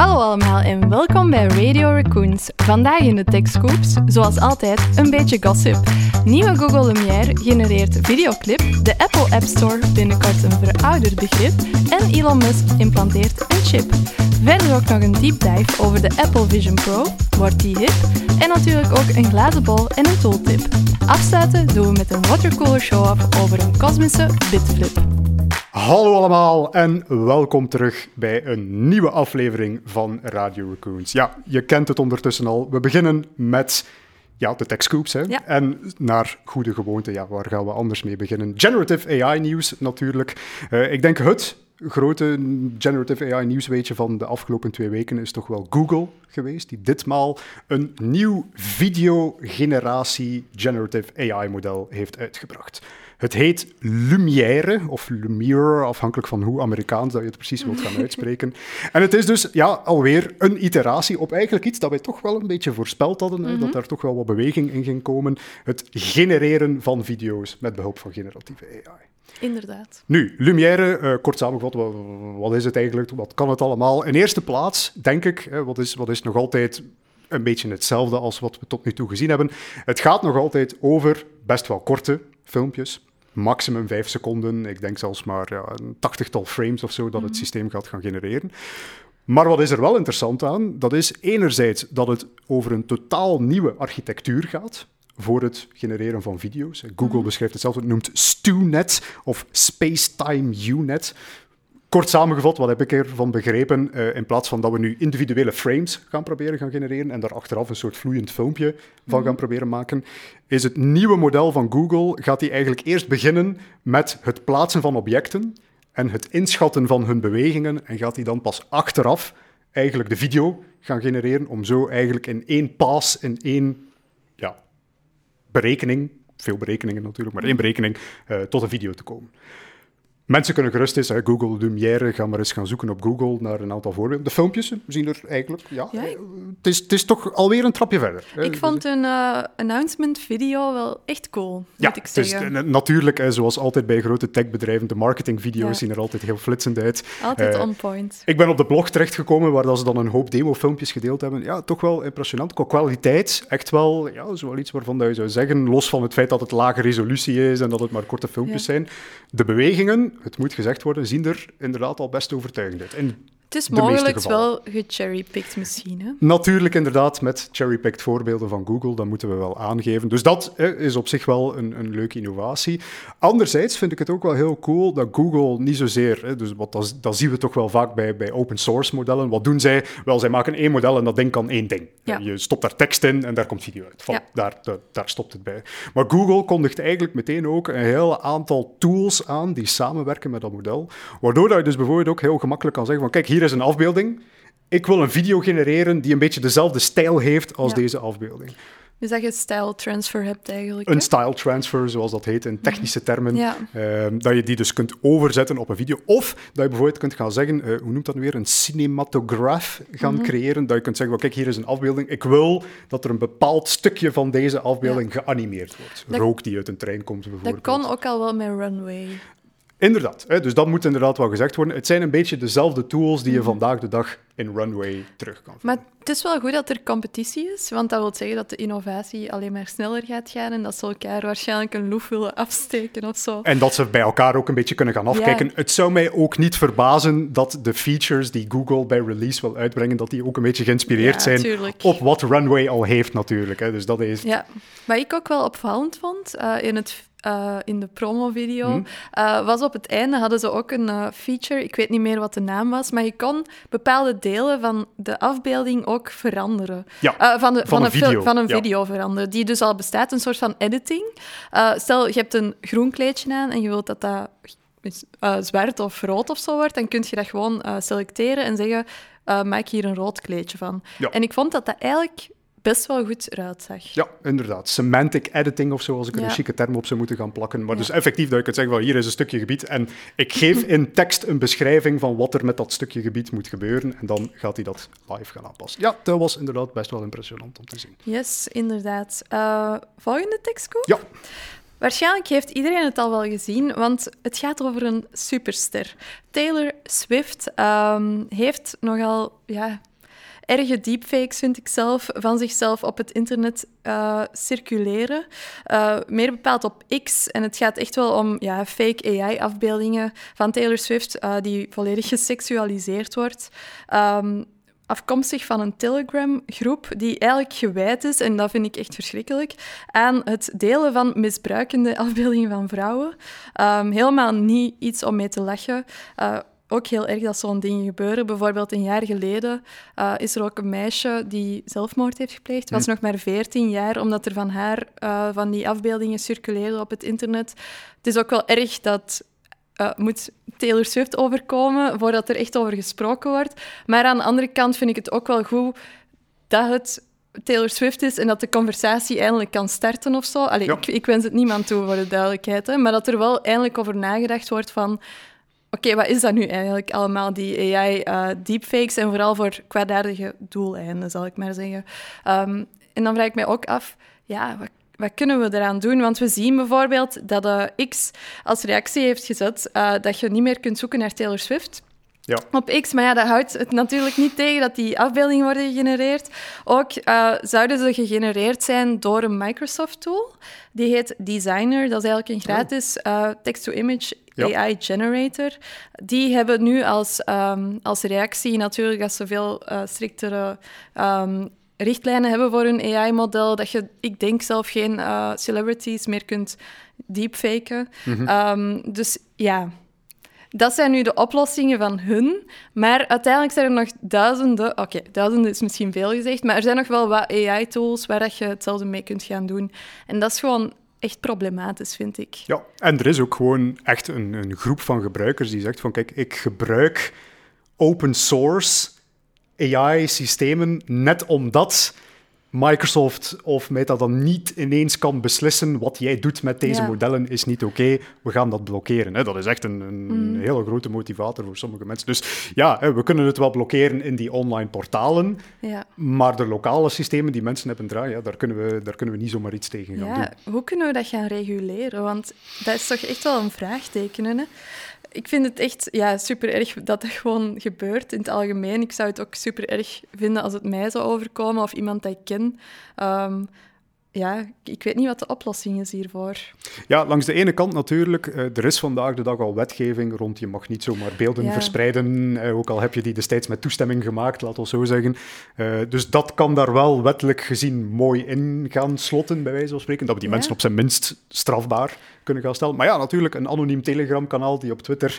Hallo allemaal en welkom bij Radio Raccoons. Vandaag in de Tech Scoops, zoals altijd, een beetje gossip. Nieuwe Google Lumière genereert videoclip, de Apple App Store binnenkort een verouderd begrip en Elon Musk implanteert een chip. Verder ook nog een deep dive over de Apple Vision Pro, wordt die hip, en natuurlijk ook een glazen bol en een tooltip. Afsluiten doen we met een watercooler show-off over een kosmische bitflip. Hallo allemaal en welkom terug bij een nieuwe aflevering van Radio Raccoons. Ja, je kent het ondertussen al. We beginnen met de Tech Scoops. Hè? Ja. En naar goede gewoonte, waar gaan we anders mee beginnen? Generative AI nieuws natuurlijk. Ik denk het grote generative AI nieuwsweetje van de afgelopen 2 weken is toch wel Google geweest, die ditmaal een nieuw videogeneratie generative AI model heeft uitgebracht. Het heet Lumière, of Lumiere, afhankelijk van hoe Amerikaans dat je het precies wilt gaan uitspreken. En het is dus alweer een iteratie op eigenlijk iets dat wij toch wel een beetje voorspeld hadden, dat daar toch wel wat beweging in ging komen. Het genereren van video's met behulp van generatieve AI. Inderdaad. Nu, Lumière, kort samengevat, wat is het eigenlijk? Wat kan het allemaal? In eerste plaats, denk ik, wat is nog altijd een beetje hetzelfde als wat we tot nu toe gezien hebben. Het gaat nog altijd over best wel korte filmpjes. Maximum 5 seconden, ik denk zelfs maar een 80-tal frames of zo dat het systeem gaat gaan genereren. Maar wat is er wel interessant aan? Dat is enerzijds dat het over een totaal nieuwe architectuur gaat voor het genereren van video's. Google beschrijft het zelf, het noemt StuNet of Space-Time UNet. Kort samengevat, wat heb ik ervan begrepen? In plaats van dat we nu individuele frames gaan proberen gaan genereren en daar achteraf een soort vloeiend filmpje van gaan proberen maken, is het nieuwe model van Google, gaat die eigenlijk eerst beginnen met het plaatsen van objecten en het inschatten van hun bewegingen en gaat die dan pas achteraf eigenlijk de video gaan genereren om zo eigenlijk in 1 pass, in 1 berekening, veel berekeningen natuurlijk, maar 1 berekening tot een video te komen. Mensen kunnen gerust eens, Google Lumière, ga maar eens gaan zoeken op Google naar een aantal voorbeelden. De filmpjes zien er eigenlijk, het is toch alweer een trapje verder. Ik vond een announcement video wel echt cool, moet ik zeggen. Het is natuurlijk, zoals altijd bij grote techbedrijven, de marketingvideo's zien er altijd heel flitsend uit. Altijd on point. Ik ben op de blog terechtgekomen waar ze dan een hoop demofilmpjes gedeeld hebben. Ja, toch wel impressionant. Qua kwaliteit, echt wel, zo iets waarvan dat je zou zeggen, los van het feit dat het lage resolutie is en dat het maar korte filmpjes zijn. De bewegingen, het moet gezegd worden, zien er inderdaad al best overtuigend uit. Het is mogelijk wel gecherrypicked misschien, hè? Natuurlijk, inderdaad, met cherrypicked voorbeelden van Google, dat moeten we wel aangeven. Dus dat is op zich wel een leuke innovatie. Anderzijds vind ik het ook wel heel cool dat Google niet zozeer, dus dat zien we toch wel vaak bij open source modellen. Wat doen zij? Wel, zij maken 1 model en dat ding kan 1 ding. Ja. Je stopt daar tekst in en daar komt video uit. Daar stopt het bij. Maar Google kondigt eigenlijk meteen ook een heel aantal tools aan die samenwerken met dat model, waardoor dat je dus bijvoorbeeld ook heel gemakkelijk kan zeggen van kijk, hier is een afbeelding. Ik wil een video genereren die een beetje dezelfde stijl heeft als deze afbeelding. Dus dat je style transfer hebt eigenlijk. Een style transfer, zoals dat heet in technische termen. Ja. Dat je die dus kunt overzetten op een video. Of dat je bijvoorbeeld kunt gaan zeggen, hoe noemt dat nu weer? Een cinematograaf gaan creëren. Dat je kunt zeggen, kijk, hier is een afbeelding. Ik wil dat er een bepaald stukje van deze afbeelding geanimeerd wordt. Rook die uit een trein komt bijvoorbeeld. Dat kan ook al wel met Runway. Inderdaad, dus dat moet inderdaad wel gezegd worden. Het zijn een beetje dezelfde tools die je vandaag de dag in Runway terug kan vinden. Maar het is wel goed dat er competitie is, want dat wil zeggen dat de innovatie alleen maar sneller gaat gaan en dat ze elkaar waarschijnlijk een loef willen afsteken of zo. En dat ze bij elkaar ook een beetje kunnen gaan afkijken. Ja. Het zou mij ook niet verbazen dat de features die Google bij release wil uitbrengen, dat die ook een beetje geïnspireerd zijn op wat Runway al heeft natuurlijk. Dus dat is... Ja, wat ik ook wel opvallend vond in de promo-video, was op het einde hadden ze ook een feature, ik weet niet meer wat de naam was, maar je kon bepaalde delen van de afbeelding ook veranderen. Ja, van een video veranderen, die dus al bestaat, een soort van editing. Stel, je hebt een groen kleedje aan en je wilt dat zwart of rood of zo wordt, dan kun je dat gewoon selecteren en zeggen, maak hier een rood kleedje van. Ja. En ik vond dat eigenlijk best wel goed eruit zag. Ja, inderdaad. Semantic editing of zo, als ik er een chique term op zou moeten gaan plakken. Maar dus effectief dat je kunt zeggen, hier is een stukje gebied en ik geef in tekst een beschrijving van wat er met dat stukje gebied moet gebeuren en dan gaat hij dat live gaan aanpassen. Ja, dat was inderdaad best wel impressionant om te zien. Yes, inderdaad. Volgende tekstcoop? Ja. Waarschijnlijk heeft iedereen het al wel gezien, want het gaat over een superster. Taylor Swift heeft nogal erge deepfakes, vind ik zelf, van zichzelf op het internet circuleren. Meer bepaald op X. En het gaat echt wel om fake AI-afbeeldingen van Taylor Swift die volledig geseksualiseerd wordt. Afkomstig van een Telegram-groep die eigenlijk gewijd is, en dat vind ik echt verschrikkelijk, aan het delen van misbruikende afbeeldingen van vrouwen. Helemaal niet iets om mee te lachen. Ook heel erg dat zo'n dingen gebeuren. Bijvoorbeeld een jaar geleden is er ook een meisje die zelfmoord heeft gepleegd. Het was nog maar 14 jaar, omdat er van haar van die afbeeldingen circuleerden op het internet. Het is ook wel erg dat... moet Taylor Swift overkomen voordat er echt over gesproken wordt. Maar aan de andere kant vind ik het ook wel goed dat het Taylor Swift is en dat de conversatie eindelijk kan starten of zo. Allee, ik wens het niemand toe, voor de duidelijkheid. Hè, maar dat er wel eindelijk over nagedacht wordt van... Oké, wat is dat nu eigenlijk allemaal, die AI-deepfakes? En vooral voor kwaadaardige doeleinden, zal ik maar zeggen. En dan vraag ik mij ook af... Wat kunnen we eraan doen? Want we zien bijvoorbeeld dat X als reactie heeft gezet dat je niet meer kunt zoeken naar Taylor Swift op X. Maar dat houdt het natuurlijk niet tegen dat die afbeeldingen worden gegenereerd. Ook zouden ze gegenereerd zijn door een Microsoft-tool. Die heet Designer. Dat is eigenlijk een gratis text-to-image AI generator. Die hebben nu als reactie natuurlijk, als ze veel striktere... richtlijnen hebben voor hun AI-model, dat je, ik denk zelf, geen celebrities meer kunt deepfaken. Dus dat zijn nu de oplossingen van hun. Maar uiteindelijk zijn er nog duizenden... Oké, duizenden is misschien veel gezegd, maar er zijn nog wel wat AI-tools waar je hetzelfde mee kunt gaan doen. En dat is gewoon echt problematisch, vind ik. Ja, en er is ook gewoon echt een groep van gebruikers die zegt van, kijk, ik gebruik open source AI-systemen, net omdat Microsoft of Meta dan niet ineens kan beslissen wat jij doet met deze modellen is niet oké, we gaan dat blokkeren. Hè. Dat is echt een hele grote motivator voor sommige mensen. Dus we kunnen het wel blokkeren in die online portalen, maar de lokale systemen die mensen hebben draaien, daar kunnen we niet zomaar iets tegen gaan doen. Hoe kunnen we dat gaan reguleren? Want dat is toch echt wel een vraagteken, hè? Ik vind het echt super erg dat dat gewoon gebeurt in het algemeen. Ik zou het ook super erg vinden als het mij zou overkomen of iemand dat ik ken. Ik weet niet wat de oplossing is hiervoor. Ja, langs de ene kant natuurlijk, er is vandaag de dag al wetgeving rond je mag niet zomaar beelden verspreiden, ook al heb je die destijds met toestemming gemaakt, laat ons zo zeggen. Dus dat kan daar wel wettelijk gezien mooi in gaan slotten, bij wijze van spreken, dat we die mensen op zijn minst strafbaar kunnen gaan stellen. Maar natuurlijk, een anoniem Telegram-kanaal die op Twitter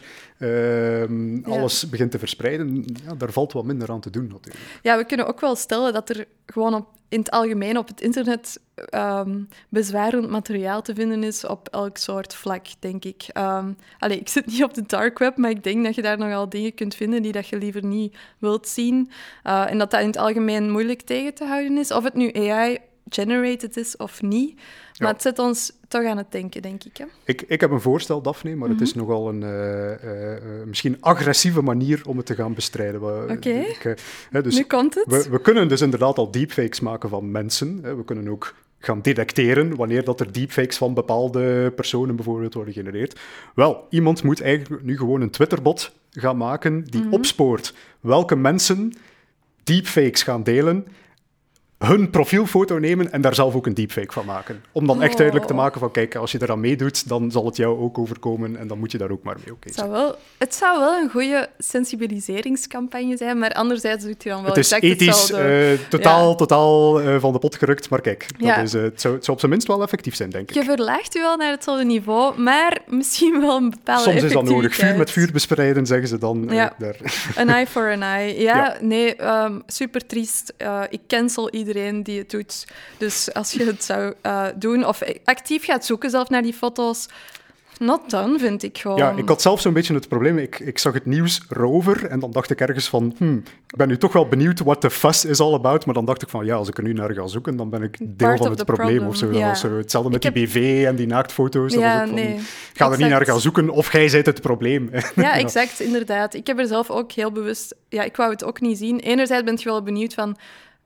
alles begint te verspreiden, daar valt wat minder aan te doen natuurlijk. Ja, we kunnen ook wel stellen dat er gewoon in het algemeen op het internet bezwarend materiaal te vinden is op elk soort vlak, denk ik. Ik zit niet op de dark web, maar ik denk dat je daar nogal dingen kunt vinden die dat je liever niet wilt zien. En dat in het algemeen moeilijk tegen te houden is. Of het nu AI-generated is of niet. Maar het zet ons toch aan het denken, denk ik. Hè? Ik heb een voorstel, Daphne, maar het is nogal een misschien agressieve manier om het te gaan bestrijden. Oké, dus nu komt het. We kunnen dus inderdaad al deepfakes maken van mensen. We kunnen ook gaan detecteren wanneer dat er deepfakes van bepaalde personen bijvoorbeeld worden gegenereerd. Wel, iemand moet eigenlijk nu gewoon een Twitterbot gaan maken die opspoort welke mensen deepfakes gaan delen, hun profielfoto nemen en daar zelf ook een deepfake van maken. Om dan echt duidelijk te maken van, kijk, als je eraan meedoet, dan zal het jou ook overkomen en dan moet je daar ook maar mee zijn. Het zou wel een goede sensibiliseringscampagne zijn, maar anderzijds doet je dan wel het is ethisch totaal van de pot gerukt, maar kijk, het zou op zijn minst wel effectief zijn, denk ik. Je verlaagt je wel naar hetzelfde niveau, maar misschien wel een bepaalde soms is dat nodig. Vuur met vuur bestrijden, zeggen ze dan. An eye for an eye. Super triest. Ik cancel iedereen die het doet. Dus als je het zou doen of actief gaat zoeken zelf naar die foto's, not done, vind ik gewoon. Ja, ik had zelf zo'n beetje het probleem. Ik zag het nieuws erover en dan dacht ik ergens van, ik ben nu toch wel benieuwd what the fuss is all about, maar dan dacht ik van, als ik er nu naar ga zoeken, dan ben ik deel van het probleem of zo. Ja. Hetzelfde met die BV en die naaktfoto's. Ga er niet naar gaan zoeken of jij bent het probleem. Ja, exact, inderdaad. Ik heb er zelf ook heel bewust... Ja, ik wou het ook niet zien. Enerzijds ben je wel benieuwd van,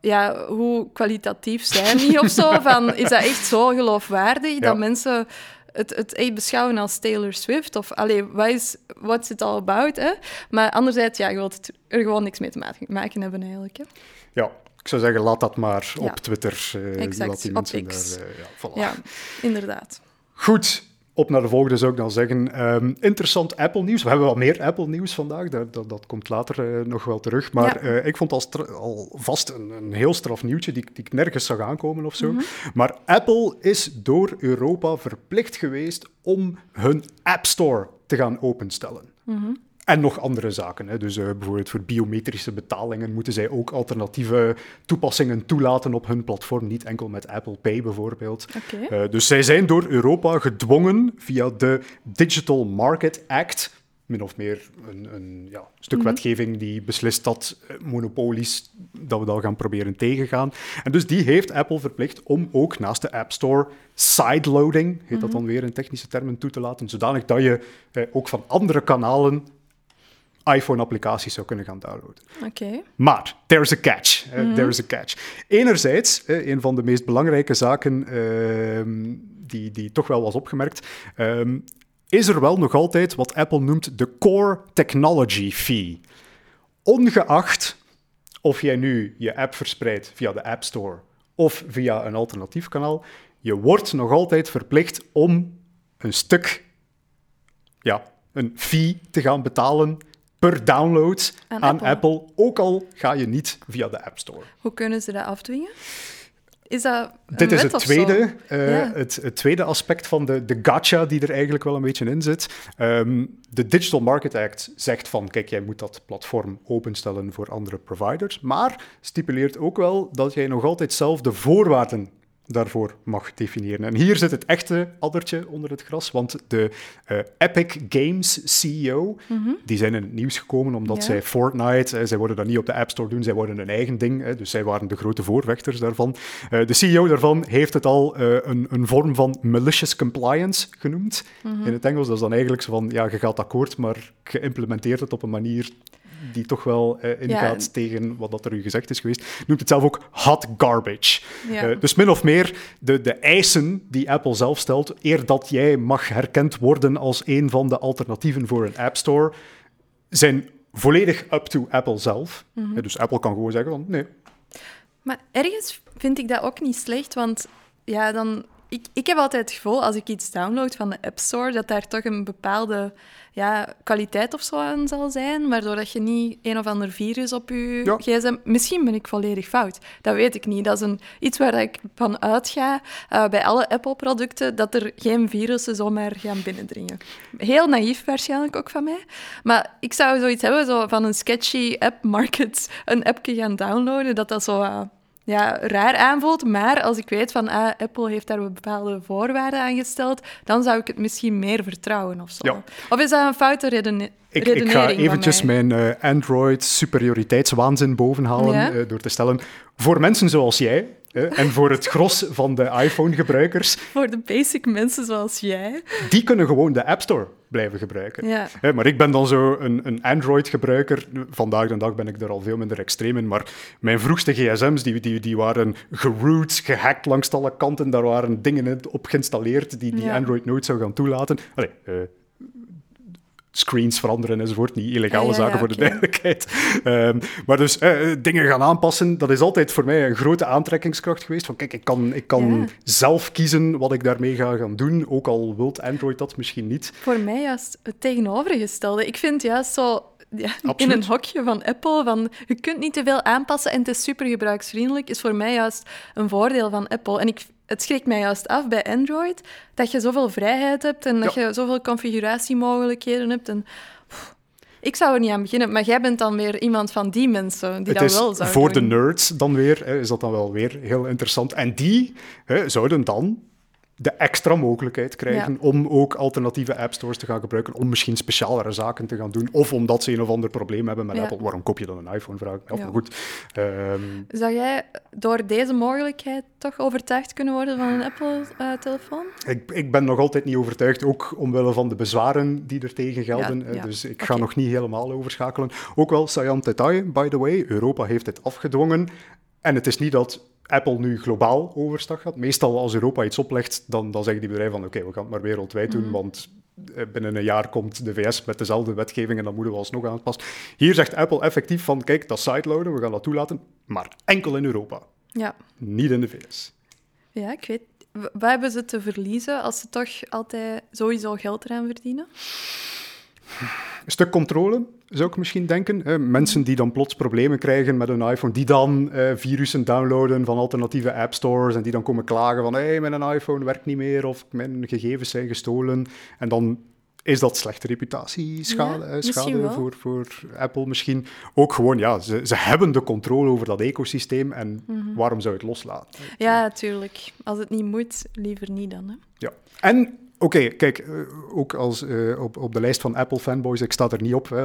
hoe kwalitatief zijn die of zo? Is dat echt zo geloofwaardig dat mensen het echt beschouwen als Taylor Swift. Of, what's it all about, hè? Maar anderzijds, je wilt er gewoon niks mee te maken hebben, eigenlijk, hè? Ja, ik zou zeggen, laat dat maar op Twitter. Exact, laat die op mensen X. daar... voilà. Ja, inderdaad. Goed, op naar de volgende zou ik dan zeggen. Interessant Apple-nieuws. We hebben wel meer Apple-nieuws vandaag. Dat komt later nog wel terug. Maar ik vond alvast een heel straf nieuwtje die ik nergens zag aankomen of zo. Maar Apple is door Europa verplicht geweest om hun App Store te gaan openstellen. En nog andere zaken. Hè. Dus bijvoorbeeld voor biometrische betalingen moeten zij ook alternatieve toepassingen toelaten op hun platform. Niet enkel met Apple Pay bijvoorbeeld. Okay. Dus zij zijn door Europa gedwongen via de Digital Market Act, min of meer een stuk wetgeving die beslist dat monopolies, dat we dat gaan proberen tegengaan. En dus die heeft Apple verplicht om ook naast de App Store sideloading, heet dat dan weer in technische termen, toe te laten, zodanig dat je ook van andere kanalen iPhone-applicaties zou kunnen gaan downloaden. Okay. Maar, there's a catch. There's a catch. Enerzijds, een van de meest belangrijke zaken die toch wel was opgemerkt, is er wel nog altijd wat Apple noemt de Core Technology Fee. Ongeacht of jij nu je app verspreidt via de App Store of via een alternatief kanaal, je wordt nog altijd verplicht om een stuk, een fee te gaan betalen per download aan Apple, ook al ga je niet via de App Store. Hoe kunnen ze dat afdwingen? Is dat Dit is het tweede aspect van de gotcha die er eigenlijk wel een beetje in zit. De Digital Market Act zegt van, kijk, jij moet dat platform openstellen voor andere providers, maar stipuleert ook wel dat jij nog altijd zelf de voorwaarden daarvoor mag definiëren. En hier zit het echte addertje onder het gras, want de Epic Games CEO, die zijn in het nieuws gekomen omdat zij Fortnite, zij worden dat niet op de App Store doen, zij worden een eigen ding, dus zij waren de grote voorvechters daarvan. De CEO daarvan heeft het al een vorm van malicious compliance genoemd. In het Engels, dat is dan eigenlijk zo van, je gaat akkoord, maar je implementeert het op een manier die toch wel ingaat tegen wat dat er u gezegd is geweest, noemt het zelf ook hot garbage. Ja. Dus min of meer de eisen die Apple zelf stelt, eer dat jij mag herkend worden als een van de alternatieven voor een App Store, zijn volledig up to Apple zelf. Dus Apple kan gewoon zeggen van, nee. Maar ergens vind ik dat ook niet slecht, want ik heb altijd het gevoel, als ik iets download van de App Store, dat daar toch een bepaalde kwaliteit of zo aan zal zijn, waardoor dat je niet een of ander virus op je gsm... Misschien ben ik volledig fout. Dat weet ik niet. Dat is iets waar ik van uitga bij alle Apple-producten, dat er geen virussen zomaar gaan binnendringen. Heel naïef waarschijnlijk ook van mij. Maar ik zou zoiets hebben, zo van een sketchy app market, een appje gaan downloaden, dat zo... raar aanvoelt, maar als ik weet van Apple heeft daar bepaalde voorwaarden aan gesteld, dan zou ik het misschien meer vertrouwen of zo. Ja. Of is dat een foute redenering Ik ga eventjes mijn Android-superioriteitswaanzin bovenhalen door te stellen, voor mensen zoals jij en voor het gros van de iPhone-gebruikers... Voor de basic mensen zoals jij. Die kunnen gewoon de App Store blijven gebruiken. Ja. Maar ik ben dan zo een Android-gebruiker. Vandaag de dag ben ik er al veel minder extreem in, maar mijn vroegste gsm's die waren geroot, gehackt langs alle kanten. Daar waren dingen op geïnstalleerd die Android nooit zou gaan toelaten. Screens veranderen enzovoort, niet illegale zaken voor de duidelijkheid. Maar dus dingen gaan aanpassen, dat is altijd voor mij een grote aantrekkingskracht geweest. Van kijk, ik kan zelf kiezen wat ik daarmee ga gaan doen, ook al wilt Android dat misschien niet. Voor mij juist het tegenovergestelde. Ik vind juist zo... in een hokje van Apple, van je kunt niet te veel aanpassen en het is super gebruiksvriendelijk, is voor mij juist een voordeel van Apple. En het schrikt mij juist af bij Android, dat je zoveel vrijheid hebt en dat je zoveel configuratiemogelijkheden hebt. En, ik zou er niet aan beginnen, maar jij bent dan weer iemand van die mensen die dat wel zouden doen. Voor de nerds dan weer, is dat dan wel weer heel interessant. En die zouden dan de extra mogelijkheid krijgen om ook alternatieve appstores te gaan gebruiken, om misschien specialere zaken te gaan doen, of omdat ze een of ander probleem hebben met Apple. Waarom koop je dan een iPhone, vraag ik me af. Maar goed. Zou jij door deze mogelijkheid toch overtuigd kunnen worden van een Apple-telefoon? Ik ben nog altijd niet overtuigd, ook omwille van de bezwaren die er tegen gelden. Dus ik ga nog niet helemaal overschakelen. Ook wel, saillant detail, by the way, Europa heeft dit afgedwongen. En het is niet dat Apple nu globaal overstag gaat. Meestal als Europa iets oplegt, dan zeggen die bedrijven van oké, we gaan het maar wereldwijd doen, want binnen een jaar komt de VS met dezelfde wetgeving en dan moeten we alsnog aanpassen. Hier zegt Apple effectief van kijk, dat sideloaden, we gaan dat toelaten, maar enkel in Europa. Ja. Niet in de VS. Ja, ik weet. Wat hebben ze te verliezen als ze toch altijd sowieso geld eraan verdienen? Een stuk controle, zou ik misschien denken. Mensen die dan plots problemen krijgen met hun iPhone, die dan virussen downloaden van alternatieve appstores en die dan komen klagen van hey, mijn iPhone werkt niet meer of mijn gegevens zijn gestolen. En dan is dat slechte reputatieschade voor Apple misschien. Ook gewoon, ja, ze hebben de controle over dat ecosysteem en waarom zou je het loslaten? Ja, natuurlijk. Als het niet moet, liever niet dan. Hè? Ja. En oké, kijk, ook als, op de lijst van Apple-fanboys, ik sta er niet op. Hè,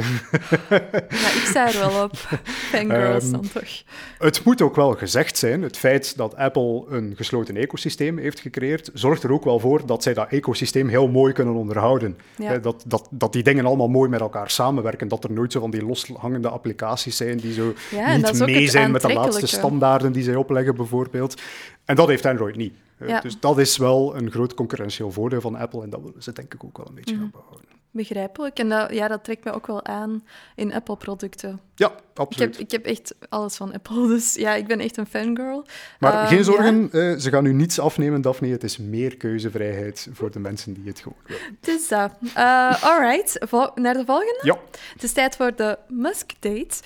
Ja, ik sta er wel op. Fangirls dan toch. Het moet ook wel gezegd zijn, het feit dat Apple een gesloten ecosysteem heeft gecreëerd, zorgt er ook wel voor dat zij dat ecosysteem heel mooi kunnen onderhouden. Ja. Dat die dingen allemaal mooi met elkaar samenwerken, dat er nooit zo van die loshangende applicaties zijn die zo niet mee zijn met de laatste standaarden die zij opleggen, bijvoorbeeld. En dat heeft Android niet. Ja. Dus dat is wel een groot concurrentieel voordeel van Apple en dat willen ze denk ik ook wel een beetje gaan behouden. Begrijpelijk. En dat trekt mij ook wel aan in Apple-producten. Ja, absoluut. Ik heb echt alles van Apple, dus ja, ik ben echt een fangirl. Maar geen zorgen, ze gaan u niets afnemen, Daphne. Het is meer keuzevrijheid voor de mensen die het gewoon willen. Het is dat. All right, naar de volgende? Ja. Het is tijd voor de Musk-date.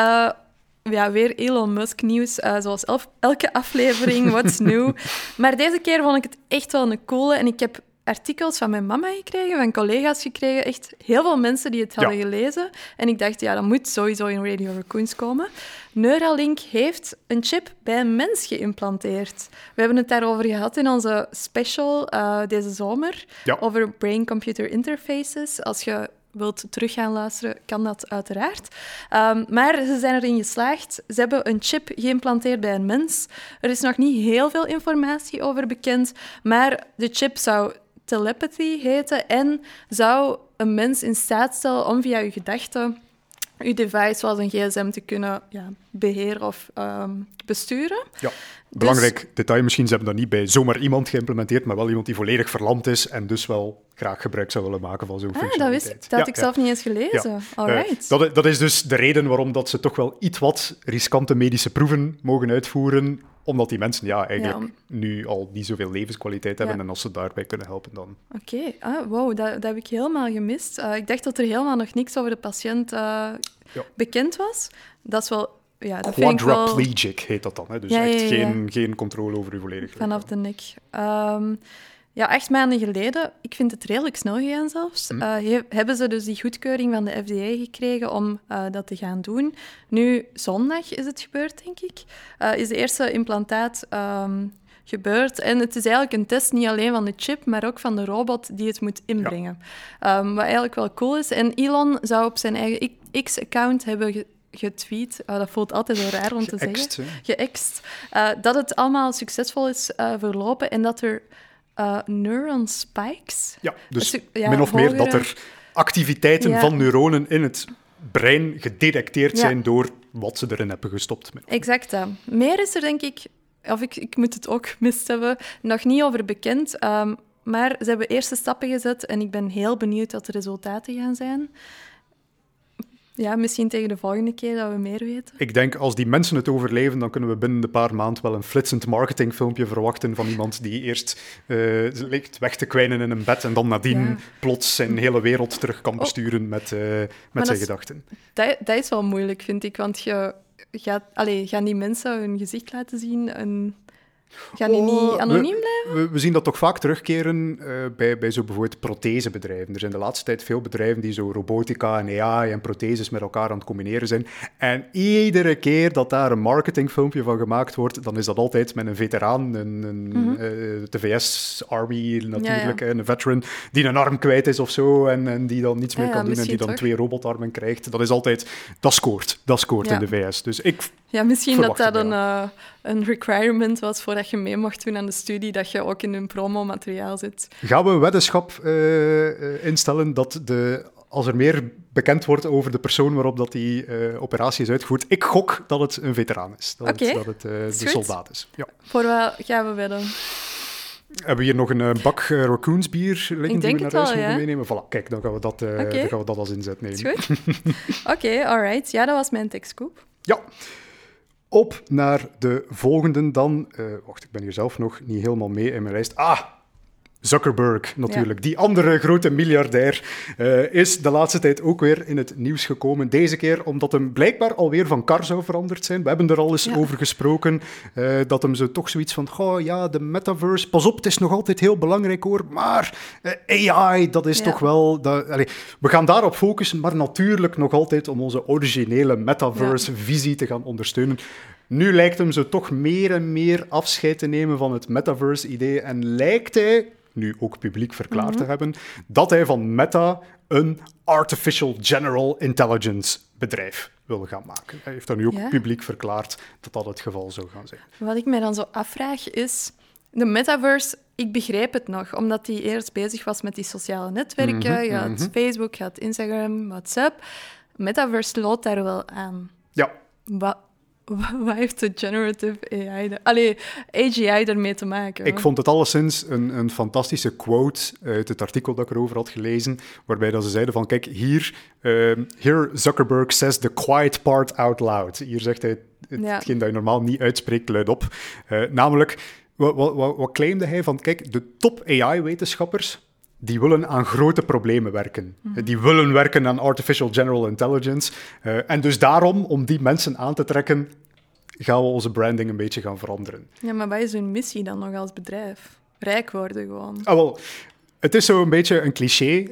Ja, weer Elon Musk nieuws, zoals elke aflevering, what's new. Maar deze keer vond ik het echt wel een coole. En ik heb artikels van mijn mama gekregen, van collega's gekregen. Echt heel veel mensen die het hadden gelezen. En ik dacht, ja, dat moet sowieso in Radio Raccoons komen. Neuralink heeft een chip bij een mens geïmplanteerd. We hebben het daarover gehad in onze special deze zomer. Ja. Over brain-computer interfaces. Als je wilt terug gaan luisteren, kan dat uiteraard. Maar ze zijn erin geslaagd. Ze hebben een chip geïmplanteerd bij een mens. Er is nog niet heel veel informatie over bekend, maar de chip zou telepathy heten en zou een mens in staat stellen om via je gedachten je device, zoals een gsm, te kunnen beheren of besturen. Ja, belangrijk detail misschien, ze hebben dat niet bij zomaar iemand geïmplementeerd, maar wel iemand die volledig verlamd is en dus wel graag gebruik zou willen maken van zo'n functionaliteit. Dat had ik zelf niet eens gelezen. Ja. Alright. Dat is dus de reden waarom dat ze toch wel iets wat riskante medische proeven mogen uitvoeren, omdat die mensen eigenlijk nu al niet zoveel levenskwaliteit hebben en als ze daarbij kunnen helpen dan. Oké. Wow, dat heb ik helemaal gemist. Ik dacht dat er helemaal nog niks over de patiënt bekend was. Dat is wel... Ja, dat quadriplegic heet dat dan. Hè? Dus geen controle over je volledig lichaam. Vanaf de nek. 8 maanden geleden, ik vind het redelijk snel gegaan zelfs, hebben ze dus die goedkeuring van de FDA gekregen om dat te gaan doen. Nu, zondag is het gebeurd, denk ik. Is de eerste implantaat gebeurd. En het is eigenlijk een test niet alleen van de chip, maar ook van de robot die het moet inbrengen. Wat eigenlijk wel cool is. En Elon zou op zijn eigen X-account hebben getweet, dat voelt altijd zo raar om te zeggen, geëxt, dat het allemaal succesvol is verlopen en dat er neuron spikes... Ja, dus min of meer dat er activiteiten van neuronen in het brein gedetecteerd zijn door wat ze erin hebben gestopt. Exact dat. Meer is er, denk ik, of ik moet het ook gemist hebben, nog niet over bekend, maar ze hebben eerste stappen gezet en ik ben heel benieuwd wat de resultaten gaan zijn. Ja, misschien tegen de volgende keer dat we meer weten. Ik denk, als die mensen het overleven, dan kunnen we binnen een paar maanden wel een flitsend marketingfilmpje verwachten van iemand die eerst lijkt weg te kwijnen in een bed en dan nadien plots zijn hele wereld terug kan besturen met zijn gedachten. Dat is wel moeilijk, vind ik, want gaan die mensen hun gezicht laten zien en... Gaan die niet anoniem blijven? We zien dat toch vaak terugkeren bij zo bijvoorbeeld prothesebedrijven. Er zijn de laatste tijd veel bedrijven die zo robotica en AI en protheses met elkaar aan het combineren zijn. En iedere keer dat daar een marketingfilmpje van gemaakt wordt, dan is dat altijd met een veteraan, de VS Army natuurlijk, een veteran, die een arm kwijt is of zo en die dan niets meer kan doen en die dan 2 robotarmen krijgt. Dat scoort in de VS. Dus misschien dat een requirement was voordat je mee mocht doen aan de studie, dat je ook in hun promomateriaal zit. Gaan we een weddenschap instellen dat de als er meer bekend wordt over de persoon waarop dat die operatie is uitgevoerd, ik gok dat het een veteraan is. Dat het de soldaat is. Ja. Voor wat gaan we wedden? Hebben we hier nog een bak Raccoons bier liggen die we naar huis mogen meenemen? Voilà, kijk, dan gaan we dat als inzet nemen. Is goed. Oké, alright. Ja, dat was mijn tekstkoep. Ja. Op naar de volgende dan. Wacht, ik ben hier zelf nog niet helemaal mee in mijn lijst. Zuckerberg natuurlijk. Ja. Die andere grote miljardair is de laatste tijd ook weer in het nieuws gekomen. Deze keer omdat hem blijkbaar alweer van kar zou veranderd zijn. We hebben er al eens over gesproken. Dat hem zo toch zoiets van, de metaverse. Pas op, het is nog altijd heel belangrijk hoor. Maar AI, dat is toch wel... we gaan daarop focussen, maar natuurlijk nog altijd om onze originele metaverse-visie te gaan ondersteunen. Nu lijkt hem zo toch meer en meer afscheid te nemen van het metaverse-idee en lijkt hij, nu ook publiek verklaard te hebben, dat hij van Meta een Artificial General Intelligence bedrijf wil gaan maken. Hij heeft dan nu ook publiek verklaard dat dat het geval zou gaan zijn. Wat ik mij dan zo afvraag is, de metaverse, ik begrijp het nog, omdat hij eerst bezig was met die sociale netwerken. Je had Facebook, je had Instagram, WhatsApp. Metaverse loopt daar wel aan. Ja. Wat heeft de generative AGI ermee te maken? Ik vond het alleszins een fantastische quote uit het artikel dat ik erover had gelezen, waarbij dat ze zeiden van, kijk, here Zuckerberg says the quiet part out loud. Hier zegt hij hetgeen dat je normaal niet uitspreekt luidop. Namelijk, wat claimde hij van, kijk, de top AI-wetenschappers, die willen aan grote problemen werken. Die willen werken aan Artificial General Intelligence. En dus daarom, om die mensen aan te trekken, gaan we onze branding een beetje gaan veranderen. Ja, maar wat is hun missie dan nog als bedrijf? Rijk worden gewoon. Wel, het is zo een beetje een cliché,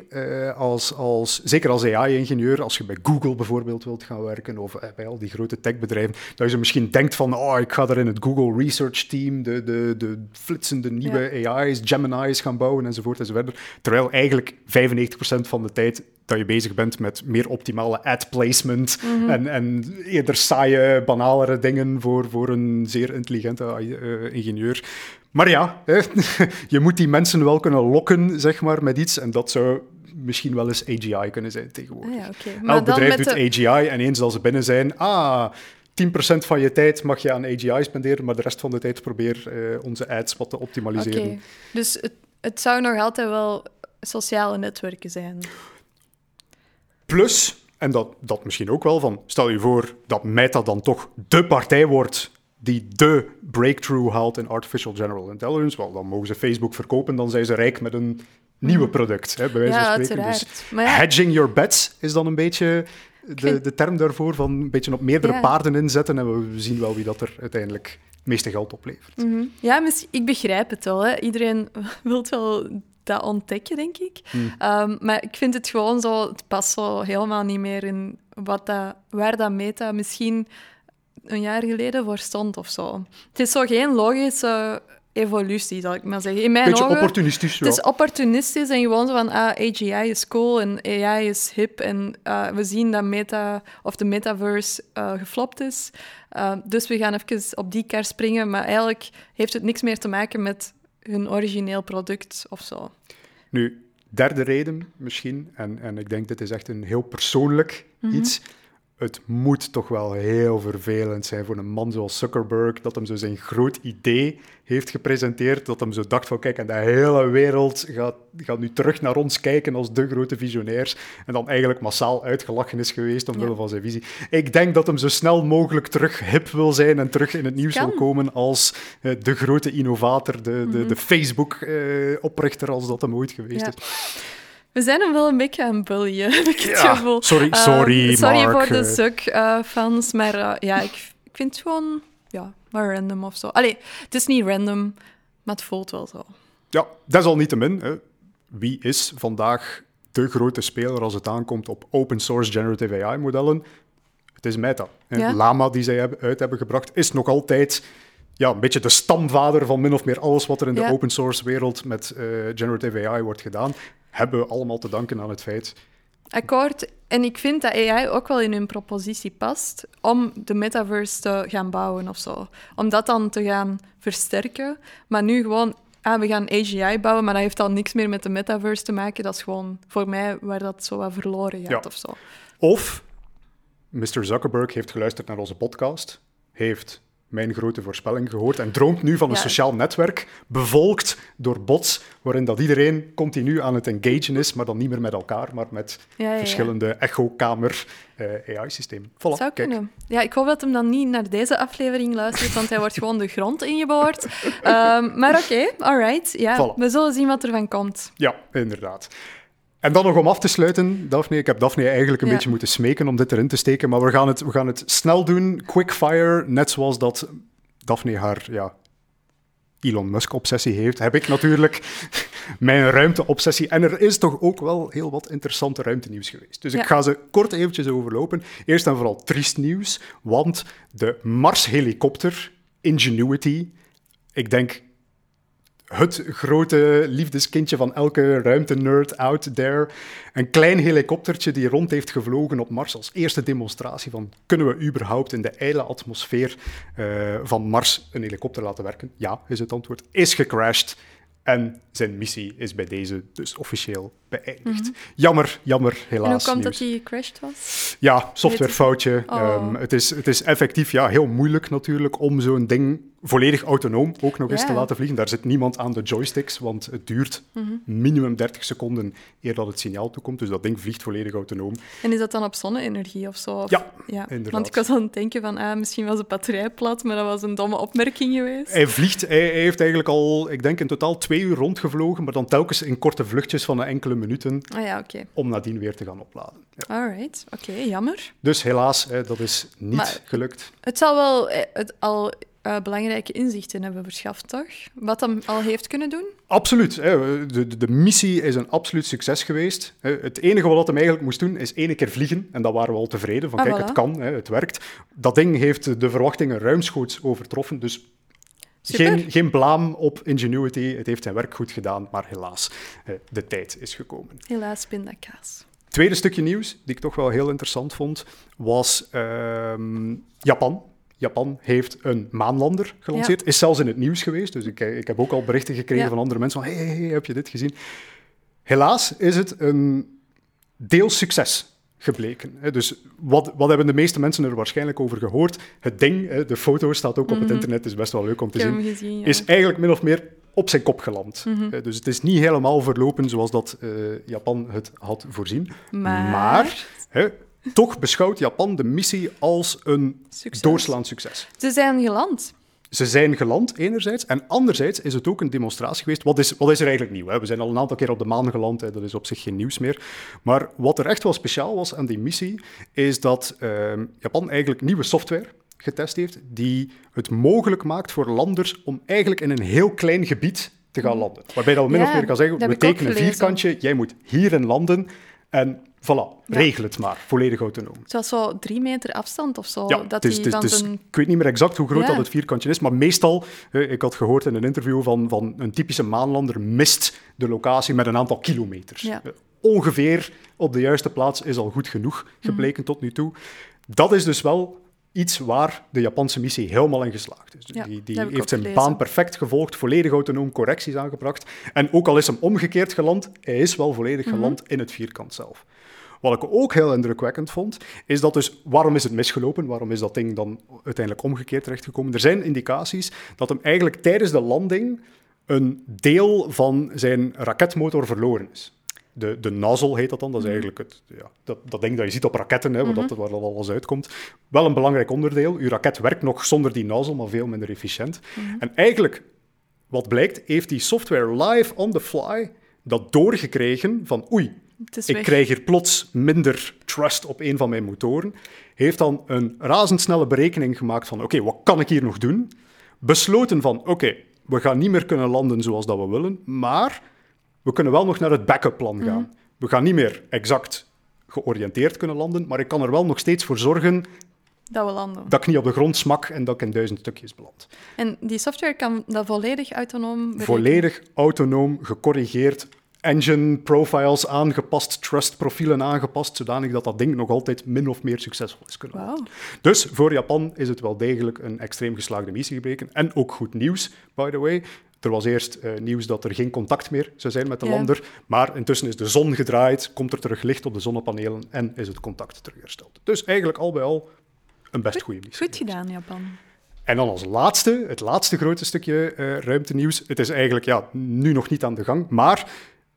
zeker als AI-ingenieur, als je bij Google bijvoorbeeld wilt gaan werken, of bij al die grote techbedrijven, dat je misschien denkt van, ik ga daar in het Google Research Team de flitsende nieuwe AI's, Gemini's gaan bouwen, enzovoort, enzovoort. Terwijl eigenlijk 95% van de tijd dat je bezig bent met meer optimale ad placement en eerder saaie, banalere dingen voor een zeer intelligente ingenieur. Maar ja, je moet die mensen wel kunnen lokken, zeg maar, met iets. En dat zou misschien wel eens AGI kunnen zijn tegenwoordig. Elk bedrijf doet AGI en eens als ze binnen zijn... 10% van je tijd mag je aan AGI spenderen, maar de rest van de tijd probeer onze ads wat te optimaliseren. Okay. Dus het zou nog altijd wel sociale netwerken zijn. Plus, en dat misschien ook wel, van stel je voor dat Meta dan toch de partij wordt die de breakthrough haalt in Artificial General Intelligence, wel, dan mogen ze Facebook verkopen, dan zijn ze rijk met een nieuwe product, bij wijze van spreken. Dus hedging your bets is dan een beetje de term daarvoor, van een beetje op meerdere paarden inzetten en we zien wel wie dat er uiteindelijk het meeste geld oplevert. Ja, ik begrijp het wel. Hè. Iedereen wil wel dat ontdekken, denk ik. Maar ik vind het gewoon zo, het past zo helemaal niet meer in waar dat Meta misschien een jaar geleden voor stond of zo. Het is zo geen logische evolutie, zal ik maar zeggen. In mijn beetje ogen, opportunistisch. Het is opportunistisch en gewoon zo van, AGI is cool en AI is hip en we zien dat de metaverse geflopt is. Dus we gaan even op die kar springen, maar eigenlijk heeft het niks meer te maken met hun origineel product of zo. Nu, derde reden misschien, en ik denk dit is echt een heel persoonlijk iets. Het moet toch wel heel vervelend zijn voor een man zoals Zuckerberg, dat hem zo zijn groot idee heeft gepresenteerd, dat hem zo dacht van, kijk, en de hele wereld gaat nu terug naar ons kijken als de grote visionairs, en dan eigenlijk massaal uitgelachen is geweest omwille van zijn visie. Ik denk dat hem zo snel mogelijk terug hip wil zijn en terug in het nieuws wil komen als de grote innovator, de Facebook-oprichter, als dat hem ooit geweest is. We zijn hem wel een beetje aan het bullyen, heb ik het gevoel. Sorry, Mark. Voor de Zuck-fans, maar ik vind het gewoon maar random of zo. Allee, het is niet random, maar het voelt wel zo. Ja, desalniettemin, wie is vandaag de grote speler als het aankomt op open source generative AI-modellen? Het is Meta. Llama, die zij uit hebben gebracht, is nog altijd een beetje de stamvader van min of meer alles wat er in de open source wereld met generative AI wordt gedaan. Hebben we allemaal te danken aan het feit. Akkoord. En ik vind dat AI ook wel in hun propositie past om de metaverse te gaan bouwen of zo. Om dat dan te gaan versterken. Maar nu gewoon we gaan AGI bouwen, maar dat heeft al niks meer met de metaverse te maken. Dat is gewoon voor mij waar dat zo wat verloren gaat of zo. Of Mr. Zuckerberg heeft geluisterd naar onze podcast, heeft mijn grote voorspelling gehoord en droomt nu van een sociaal netwerk, bevolkt door bots, waarin dat iedereen continu aan het engagen is, maar dan niet meer met elkaar, maar met verschillende echokamer AI-systemen. Voilà, zou kunnen. Ja, ik hoop dat hem dan niet naar deze aflevering luistert, want hij wordt gewoon de grond ingeboord. Maar oké, alright. Ja, voilà. We zullen zien wat er van komt. Ja, inderdaad. En dan nog om af te sluiten, Daphne. Ik heb Daphne eigenlijk een beetje moeten smeken om dit erin te steken, maar we gaan het snel doen, quickfire, net zoals dat Daphne haar Elon Musk-obsessie heeft, heb ik natuurlijk mijn ruimte-obsessie. En er is toch ook wel heel wat interessante ruimtenieuws geweest. Dus ik ga ze kort eventjes overlopen. Eerst en vooral triest nieuws, want de Mars-helikopter Ingenuity, ik denk het grote liefdeskindje van elke ruimtenerd out there. Een klein helikoptertje die rond heeft gevlogen op Mars als eerste demonstratie van kunnen we überhaupt in de ijle atmosfeer van Mars een helikopter laten werken? Ja, is het antwoord. Is gecrashed en zijn missie is bij deze dus officieel beëindigd. Jammer, helaas. En hoe komt dat hij gecrashed was? Ja, softwarefoutje. Het is effectief heel moeilijk natuurlijk om zo'n ding volledig autonoom ook nog eens te laten vliegen. Daar zit niemand aan de joysticks, want het duurt minimum 30 seconden eer dat het signaal toekomt. Dus dat ding vliegt volledig autonoom. En is dat dan op zonne-energie of zo? Ja, inderdaad. Want ik was aan het denken van, misschien was de batterij plat, maar dat was een domme opmerking geweest. Hij heeft eigenlijk al, ik denk in totaal 2 uur rondgevlogen, maar dan telkens in korte vluchtjes van enkele minuten om nadien weer te gaan opladen. Ja. Alright, oké, jammer. Dus helaas, dat is niet gelukt. Het zal wel belangrijke inzichten hebben verschaft, toch? Wat hem al heeft kunnen doen? Absoluut. De missie is een absoluut succes geweest. Het enige wat hem eigenlijk moest doen, is 1 keer vliegen. En daar waren we al tevreden van. Kijk, het kan, het werkt. Dat ding heeft de verwachtingen ruimschoots overtroffen. Dus geen blaam op Ingenuity. Het heeft zijn werk goed gedaan, maar helaas, de tijd is gekomen. Helaas, pindakaas. Tweede stukje nieuws, die ik toch wel heel interessant vond, was Japan. Japan heeft een maanlander gelanceerd. Is zelfs in het nieuws geweest. Dus ik heb ook al berichten gekregen van andere mensen van hey, heb je dit gezien? Helaas is het een deels succes gebleken. Dus wat hebben de meeste mensen er waarschijnlijk over gehoord? Het ding, de foto staat ook op het internet, is best wel leuk om te zien, is eigenlijk min of meer op zijn kop geland. Dus het is niet helemaal verlopen zoals dat Japan het had voorzien. Maar toch beschouwt Japan de missie als een doorslaand succes. Ze zijn geland. Ze zijn geland, enerzijds. En anderzijds is het ook een demonstratie geweest. Wat is er eigenlijk nieuw? Hè? We zijn al een aantal keer op de maan geland. Dat is op zich geen nieuws meer. Maar wat er echt wel speciaal was aan die missie, is dat Japan eigenlijk nieuwe software getest heeft die het mogelijk maakt voor landers om eigenlijk in een heel klein gebied te gaan landen. Waarbij dat we min of meer kan zeggen, we tekenen een vierkantje, jij moet hierin landen en voilà, regel het maar, volledig autonoom. Het was zo 3 meter afstand of zo. Ja, ik weet niet meer exact hoe groot dat het vierkantje is, maar meestal, ik had gehoord in een interview van een typische maanlander, mist de locatie met een aantal kilometers. Ja. Ongeveer op de juiste plaats is al goed genoeg gebleken tot nu toe. Dat is dus wel iets waar de Japanse missie helemaal in geslaagd is. Die heeft zijn baan perfect gevolgd, volledig autonoom correcties aangebracht. En ook al is hem omgekeerd geland, hij is wel volledig geland in het vierkant zelf. Wat ik ook heel indrukwekkend vond, is dat dus, waarom is het misgelopen? Waarom is dat ding dan uiteindelijk omgekeerd terechtgekomen? Er zijn indicaties dat hem eigenlijk tijdens de landing een deel van zijn raketmotor verloren is. De nozzle heet dat dan. Dat is eigenlijk dat ding dat je ziet op raketten, waar dat alles uitkomt. Wel een belangrijk onderdeel. Uw raket werkt nog zonder die nozzle, maar veel minder efficiënt. En eigenlijk, wat blijkt, heeft die software live on the fly dat doorgekregen van ik krijg hier plots minder thrust op een van mijn motoren. Heeft dan een razendsnelle berekening gemaakt van wat kan ik hier nog doen? Besloten van we gaan niet meer kunnen landen zoals dat we willen, maar we kunnen wel nog naar het backup plan gaan. We gaan niet meer exact georiënteerd kunnen landen, maar ik kan er wel nog steeds voor zorgen dat we landen. Dat ik niet op de grond smak en dat ik in 1000 stukjes beland. En die software kan dat volledig autonoom berekenen? Volledig autonoom, gecorrigeerd, engine profiles aangepast, trust profielen aangepast, zodanig dat ding nog altijd min of meer succesvol is kunnen worden. Dus voor Japan is het wel degelijk een extreem geslaagde missie gebleken. En ook goed nieuws, by the way. Er was eerst nieuws dat er geen contact meer zou zijn met de lander, maar intussen is de zon gedraaid, komt er terug licht op de zonnepanelen en is het contact terughersteld. Dus eigenlijk al bij al een best goede missie. Goed gedaan, Japan. En dan als laatste, het laatste grote stukje ruimtenieuws. Het is eigenlijk nu nog niet aan de gang, maar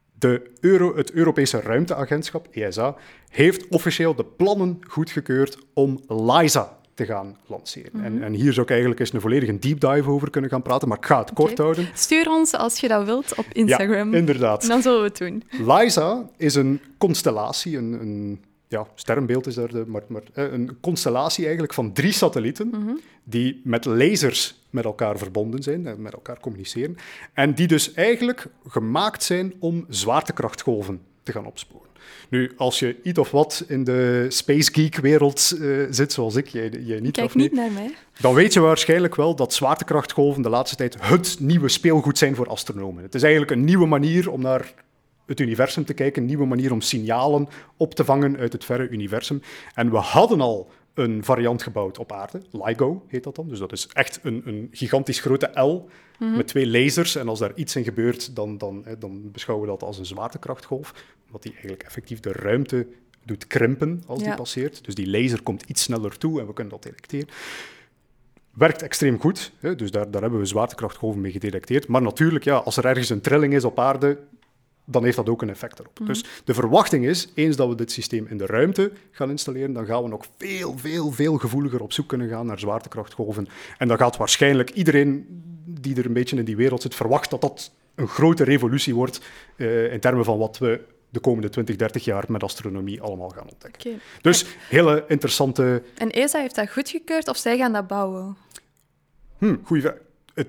het Europese Ruimteagentschap, ESA, heeft officieel de plannen goedgekeurd om LISA te gaan lanceren. En hier zou ik eigenlijk eens een volledige deep dive over kunnen gaan praten, maar ik ga het kort houden. Stuur ons als je dat wilt op Instagram. Ja, inderdaad. En dan zullen we het doen. LISA is een constellatie, een sterrenbeeld is daar, maar een constellatie eigenlijk van 3 satellieten die met lasers met elkaar verbonden zijn en met elkaar communiceren. En die dus eigenlijk gemaakt zijn om zwaartekrachtgolven te gaan opsporen. Nu, als je iets of wat in de space geek-wereld zit, zoals ik, jij niet. Kijk niet naar mij. Dan weet je waarschijnlijk wel dat zwaartekrachtgolven de laatste tijd het nieuwe speelgoed zijn voor astronomen. Het is eigenlijk een nieuwe manier om naar het universum te kijken, een nieuwe manier om signalen op te vangen uit het verre universum. En we hadden al een variant gebouwd op aarde, LIGO heet dat dan. Dus dat is echt een gigantisch grote L met 2 lasers. En als daar iets in gebeurt, dan beschouwen we dat als een zwaartekrachtgolf, omdat die eigenlijk effectief de ruimte doet krimpen als die passeert. Dus die laser komt iets sneller toe en we kunnen dat detecteren. Werkt extreem goed, hè? Dus daar hebben we zwaartekrachtgolven mee gedetecteerd. Maar natuurlijk, als er ergens een trilling is op aarde, dan heeft dat ook een effect erop. Dus de verwachting is, eens dat we dit systeem in de ruimte gaan installeren, dan gaan we nog veel gevoeliger op zoek kunnen gaan naar zwaartekrachtgolven. En dan gaat waarschijnlijk iedereen die er een beetje in die wereld zit, verwacht dat dat een grote revolutie wordt in termen van wat we de komende 20, 30 jaar met astronomie allemaal gaan ontdekken. Okay. Dus hele interessante... En ESA heeft dat goedgekeurd of zij gaan dat bouwen? Goeie vraag.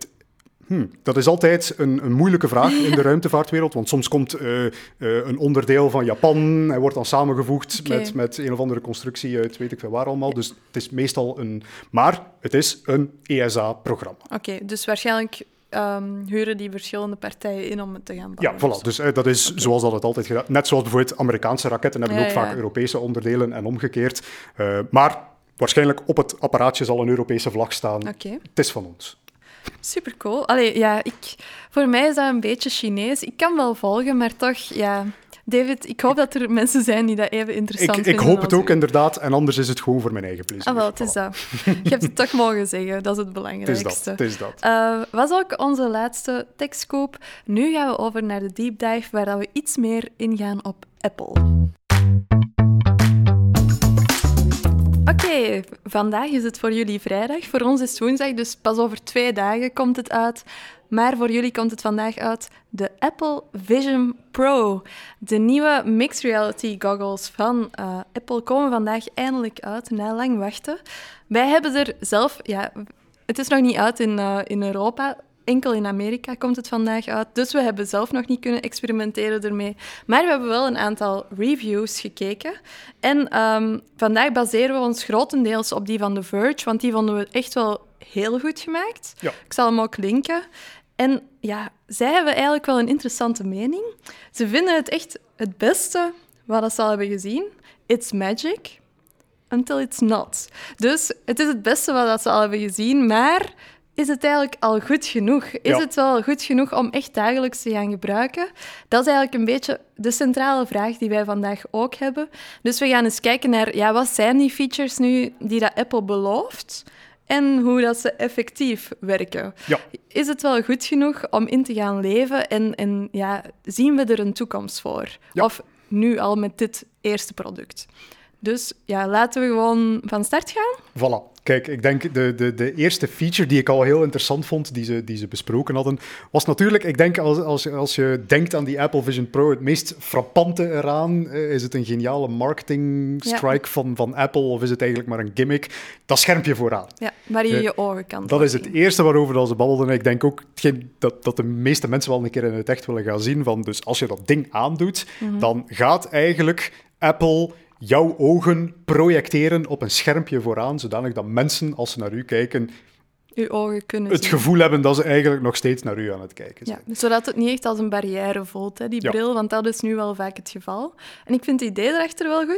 Dat is altijd een moeilijke vraag in de ruimtevaartwereld, want soms komt een onderdeel van Japan en wordt dan samengevoegd met een of andere constructie uit weet ik veel waar allemaal. Dus het is meestal maar het is een ESA-programma. Oké, dus waarschijnlijk huren die verschillende partijen in om het te gaan bouwen. Ja, voilà. Dus dat is zoals dat het altijd gedaan. Net zoals bijvoorbeeld Amerikaanse raketten hebben ook vaak Europese onderdelen en omgekeerd. Maar waarschijnlijk op het apparaatje zal een Europese vlag staan. Het is van ons. Super cool. Voor mij is dat een beetje Chinees. Ik kan wel volgen, maar toch, David, ik hoop dat er mensen zijn die dat even interessant vinden. Ik hoop het ook, inderdaad. En anders is het gewoon voor mijn eigen plezier. Het is dat. Je hebt het toch mogen zeggen. Dat is het belangrijkste. Het is dat. Was ook onze laatste TechScoop. Nu gaan we over naar de deep dive, waar we iets meer ingaan op Apple. Oké, vandaag is het voor jullie vrijdag. Voor ons is het woensdag, dus pas over 2 dagen komt het uit. Maar voor jullie komt het vandaag uit de Apple Vision Pro. De nieuwe mixed reality goggles van Apple komen vandaag eindelijk uit, na lang wachten. Wij hebben er zelf... het is nog niet uit in Europa. Enkel in Amerika komt het vandaag uit. Dus we hebben zelf nog niet kunnen experimenteren ermee. Maar we hebben wel een aantal reviews gekeken. En vandaag baseren we ons grotendeels op die van The Verge, want die vonden we echt wel heel goed gemaakt. Ja. Ik zal hem ook linken. En zij hebben eigenlijk wel een interessante mening. Ze vinden het echt het beste wat ze al hebben gezien. It's magic until it's not. Dus het is het beste wat ze al hebben gezien, maar... Is het eigenlijk al goed genoeg? Is het wel goed genoeg om echt dagelijks te gaan gebruiken? Dat is eigenlijk een beetje de centrale vraag die wij vandaag ook hebben. Dus we gaan eens kijken naar, wat zijn die features nu die dat Apple belooft en hoe dat ze effectief werken. Ja. Is het wel goed genoeg om in te gaan leven en zien we er een toekomst voor? Ja. Of nu al met dit eerste product? Dus laten we gewoon van start gaan. Voilà. Kijk, ik denk de eerste feature die ik al heel interessant vond, die ze besproken hadden, was natuurlijk, ik denk als je denkt aan die Apple Vision Pro, het meest frappante eraan, is het een geniale marketing strike van Apple, of is het eigenlijk maar een gimmick? Dat schermpje vooraan. Ja, waar je je ogen kan Dat is het eerste waarover ze babbelden. Ik denk ook dat de meeste mensen wel een keer in het echt willen gaan zien. Van, dus als je dat ding aandoet, dan gaat eigenlijk Apple jouw ogen projecteren op een schermpje vooraan, zodanig dat mensen, als ze naar u kijken, uw ogen kunnen het zien. Gevoel hebben dat ze eigenlijk nog steeds naar u aan het kijken zijn. Ja, zodat het niet echt als een barrière voelt, die bril, want dat is nu wel vaak het geval. En ik vind het idee erachter wel goed.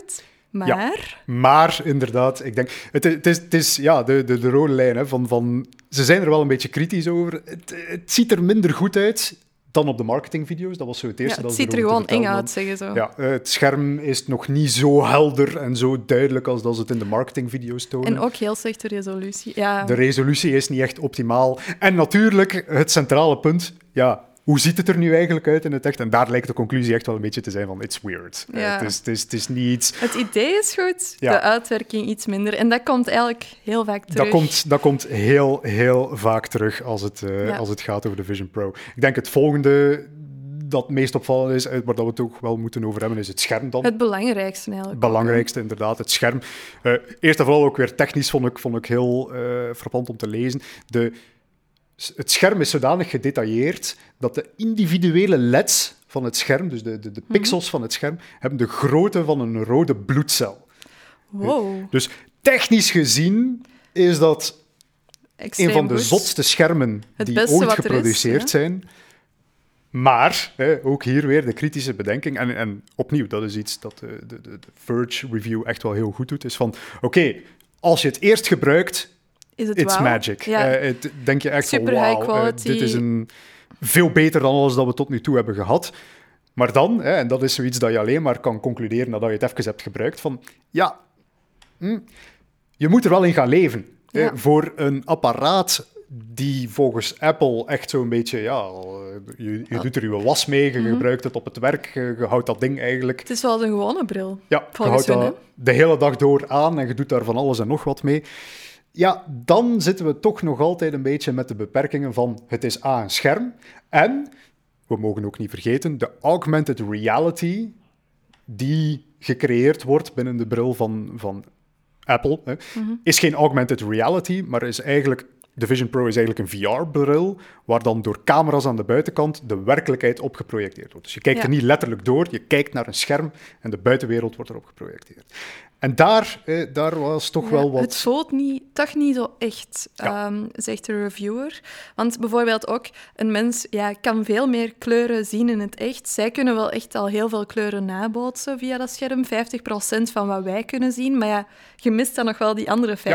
Maar inderdaad, ik denk... Het is de rode lijn, hè, van... Ze zijn er wel een beetje kritisch over. Het ziet er minder goed uit dan op de marketingvideo's. Dat was zo het eerste. Ja, dat het ziet er gewoon eng uit, zeggen ze. Ja, het scherm is nog niet zo helder en zo duidelijk als dat ze het in de marketingvideo's tonen. En ook heel slechte resolutie. Ja. De resolutie is niet echt optimaal. En natuurlijk, het centrale punt... Ja, hoe ziet het er nu eigenlijk uit in het echt? En daar lijkt de conclusie echt wel een beetje te zijn van it's weird. Ja. Het is niet iets... Het idee is goed, de uitwerking iets minder. En dat komt eigenlijk heel vaak terug. Dat komt heel, heel vaak terug als het gaat over de Vision Pro. Ik denk het volgende dat het meest opvallend is, waar we het ook wel moeten over hebben, is het scherm dan. Het belangrijkste eigenlijk. Het belangrijkste, inderdaad, het scherm. Eerst en vooral ook weer technisch vond ik heel frappant om te lezen. Het scherm is zodanig gedetailleerd dat de individuele LED's van het scherm, dus de pixels van het scherm, hebben de grootte van een rode bloedcel. Wow. Dus technisch gezien is dat Extreem een van de goed. zotste schermen die ooit geproduceerd zijn. Maar, ook hier weer de kritische bedenking. En opnieuw, dat is iets dat de Verge review echt wel heel goed doet. Is van, oké, als je het eerst gebruikt, it's magic. Ja. Denk je echt super van, high quality. dit is veel beter dan alles dat we tot nu toe hebben gehad. Maar dan, en dat is zoiets dat je alleen maar kan concluderen nadat je het even hebt gebruikt, van ja, je moet er wel in gaan leven. Ja. Voor een apparaat die volgens Apple echt zo'n beetje, je doet er je was mee, je gebruikt het op het werk, je houdt dat ding eigenlijk... Het is wel een gewone bril, ja, volgens je houdt dat de hele dag door aan en je doet daar van alles en nog wat mee. Ja, dan zitten we toch nog altijd een beetje met de beperkingen van het is een scherm en, we mogen ook niet vergeten, de augmented reality die gecreëerd wordt binnen de bril van Apple, is geen augmented reality, maar is eigenlijk... De Vision Pro is eigenlijk een VR-bril, waar dan door camera's aan de buitenkant de werkelijkheid op geprojecteerd wordt. Dus je kijkt er niet letterlijk door, je kijkt naar een scherm en de buitenwereld wordt erop geprojecteerd. En daar was toch wel wat... Het voelt toch niet zo echt, zegt de reviewer. Want bijvoorbeeld ook, een mens kan veel meer kleuren zien in het echt. Zij kunnen wel echt al heel veel kleuren nabootsen via dat scherm. 50% van wat wij kunnen zien. Maar ja, je mist dan nog wel die andere 50%.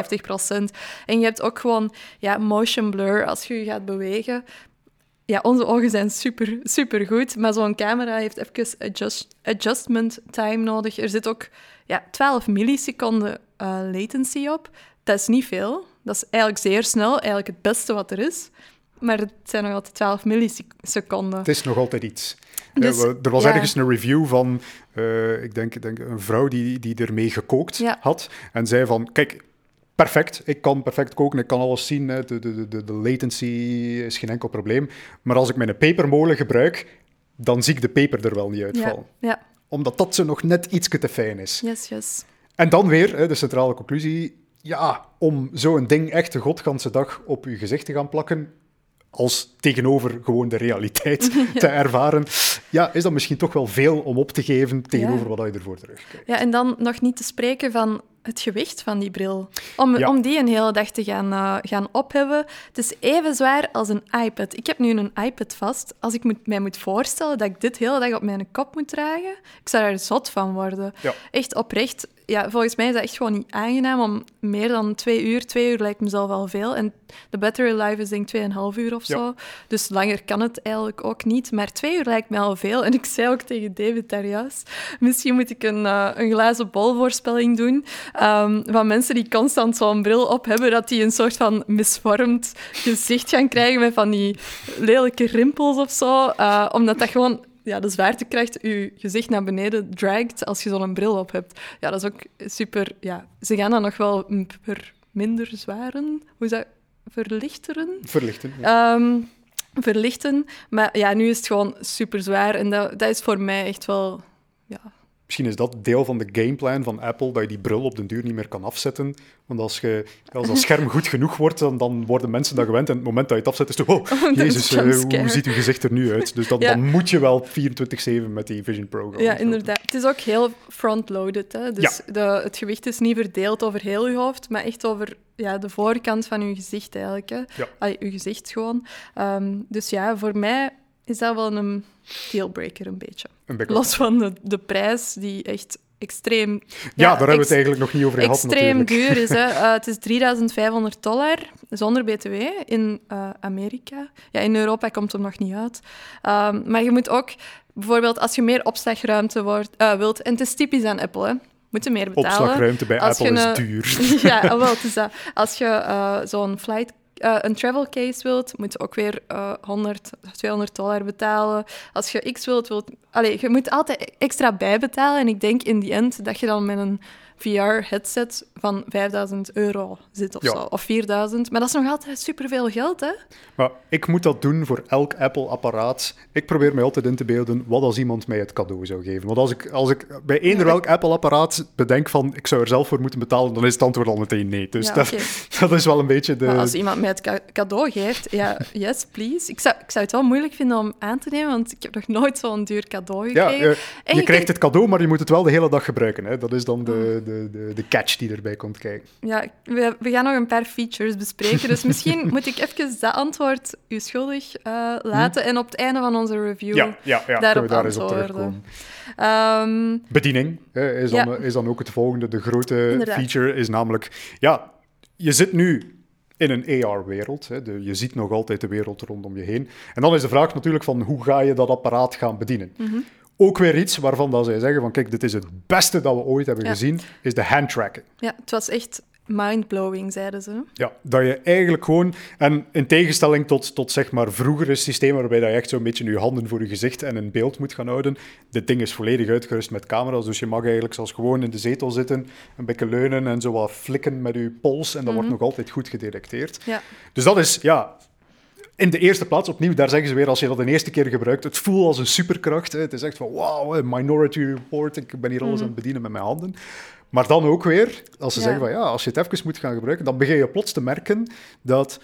En je hebt ook gewoon motion blur als je gaat bewegen. Ja, onze ogen zijn super, super goed. Maar zo'n camera heeft even adjustment time nodig. Er zit ook 12 milliseconden latency op. Dat is niet veel. Dat is eigenlijk zeer snel. Eigenlijk het beste wat er is. Maar het zijn nog altijd 12 milliseconden. Het is nog altijd iets. Dus, er was ergens een review van, ik denk een vrouw die ermee gekookt had. En zei van, kijk... Perfect, ik kan perfect koken, ik kan alles zien. De latency is geen enkel probleem. Maar als ik mijn pepermolen gebruik, dan zie ik de peper er wel niet uitvallen. Ja. Omdat dat zo nog net iets te fijn is. Yes. En dan weer, de centrale conclusie. Ja, om zo'n ding echt de godganse dag op je gezicht te gaan plakken, als tegenover gewoon de realiteit te ervaren, is dat misschien toch wel veel om op te geven tegenover wat je ervoor terugkijkt. Ja, en dan nog niet te spreken van het gewicht van die bril. Om die een hele dag te gaan ophebben. Het is even zwaar als een iPad. Ik heb nu een iPad vast. Als ik mij moet voorstellen dat ik dit de hele dag op mijn kop moet dragen, ik zou er zot van worden. Ja. Echt oprecht. Ja, volgens mij is dat echt gewoon niet aangenaam om meer dan 2 uur... 2 uur lijkt mezelf al veel. En de battery life is denk ik 2,5 uur of zo. Dus langer kan het eigenlijk ook niet. Maar 2 uur lijkt me al veel. En ik zei ook tegen David daar juist, misschien moet ik een glazen bol voorspelling doen van mensen die constant zo'n bril op hebben, dat die een soort van misvormd gezicht gaan krijgen met van die lelijke rimpels of zo. Omdat dat gewoon... Ja, de zwaartekracht je gezicht naar beneden dragt als je zo'n bril op hebt. Ja, dat is ook super... Ja, ze gaan dan nog wel minder zwaren. Hoe is dat? Verlichten, verlichten. Maar ja, nu is het gewoon super zwaar. En dat is voor mij echt wel... Ja. Misschien is dat deel van de gameplan van Apple, dat je die bril op den duur niet meer kan afzetten. Want als dat scherm goed genoeg wordt, dan worden mensen dat gewend. En het moment dat je het afzet, is het jezus, hoe ziet uw gezicht er nu uit? Dus dan moet je wel 24/7 met die Vision Pro gaan. Ja, inderdaad. Het is ook heel front-loaded. Hè? Dus het gewicht is niet verdeeld over heel je hoofd, maar echt over de voorkant van je gezicht eigenlijk. Hè? Ja. Je gezicht gewoon. Dus ja, voor mij is dat wel een dealbreaker een beetje. Los van de prijs, die echt extreem... Ja, daar hebben we het eigenlijk nog niet over gehad extreem natuurlijk. duur is. Hè. Het is $3.500 zonder BTW in Amerika. Ja, in Europa komt het nog niet uit. Maar je moet ook... Bijvoorbeeld als je meer opslagruimte wilt... En het is typisch aan Apple, hè. Moeten meer betalen. Opslagruimte bij Als Apple je is duur. Ja, wel, het is dat. Als je zo'n een travel case wilt, moet je ook weer $100-200 betalen. Als je X wilt... Allee, je moet altijd extra bijbetalen. En ik denk in die end dat je dan met een VR-headset van €5.000 zit of Ja. zo. Of 4.000. Maar dat is nog altijd superveel geld, hè? Maar ik moet dat doen voor elk Apple-apparaat. Ik probeer mij altijd in te beelden wat als iemand mij het cadeau zou geven. Want als ik bij eender welk Apple-apparaat bedenk van ik zou er zelf voor moeten betalen, dan is het antwoord al meteen nee. Dus Ja, dat, oké. dat is wel een beetje de... Maar als iemand mij het cadeau geeft, ja, yes, please. Ik zou het wel moeilijk vinden om aan te nemen, want ik heb nog nooit zo'n duur cadeau Ja, gekregen. je krijgt het cadeau, maar je moet het wel de hele dag gebruiken. Hè? Dat is dan de catch die erbij komt kijken. Ja, we gaan nog een paar features bespreken, dus misschien moet ik even dat antwoord u schuldig laten en op het einde van onze review Ja, kunnen daarop we daar eens op antwoorden. terugkomen. Bediening is dan ook het volgende. De grote Inderdaad. feature is namelijk... Ja, je zit nu in een AR-wereld. Je ziet nog altijd de wereld rondom je heen. En dan is de vraag natuurlijk van hoe ga je dat apparaat gaan bedienen? Mhm. Ook weer iets waarvan dat zij zeggen van kijk, dit is het beste dat we ooit hebben gezien, is de handtracking. Ja, het was echt mindblowing, zeiden ze. Ja, dat je eigenlijk gewoon... En in tegenstelling tot zeg maar vroegere systemen waarbij dat je echt zo'n beetje je handen voor je gezicht en een beeld moet gaan houden, dit ding is volledig uitgerust met camera's, dus je mag eigenlijk zoals gewoon in de zetel zitten, een beetje leunen en zo wat flikken met je pols en dat wordt nog altijd goed gedetecteerd. Ja. Dus dat is, ja... In de eerste plaats, opnieuw, daar zeggen ze weer, als je dat de eerste keer gebruikt, het voelt als een superkracht. Hè. Het is echt van, wauw, Minority Report, ik ben hier alles aan het bedienen met mijn handen. Maar dan ook weer, als ze zeggen van, ja, als je het even moet gaan gebruiken, dan begin je plots te merken dat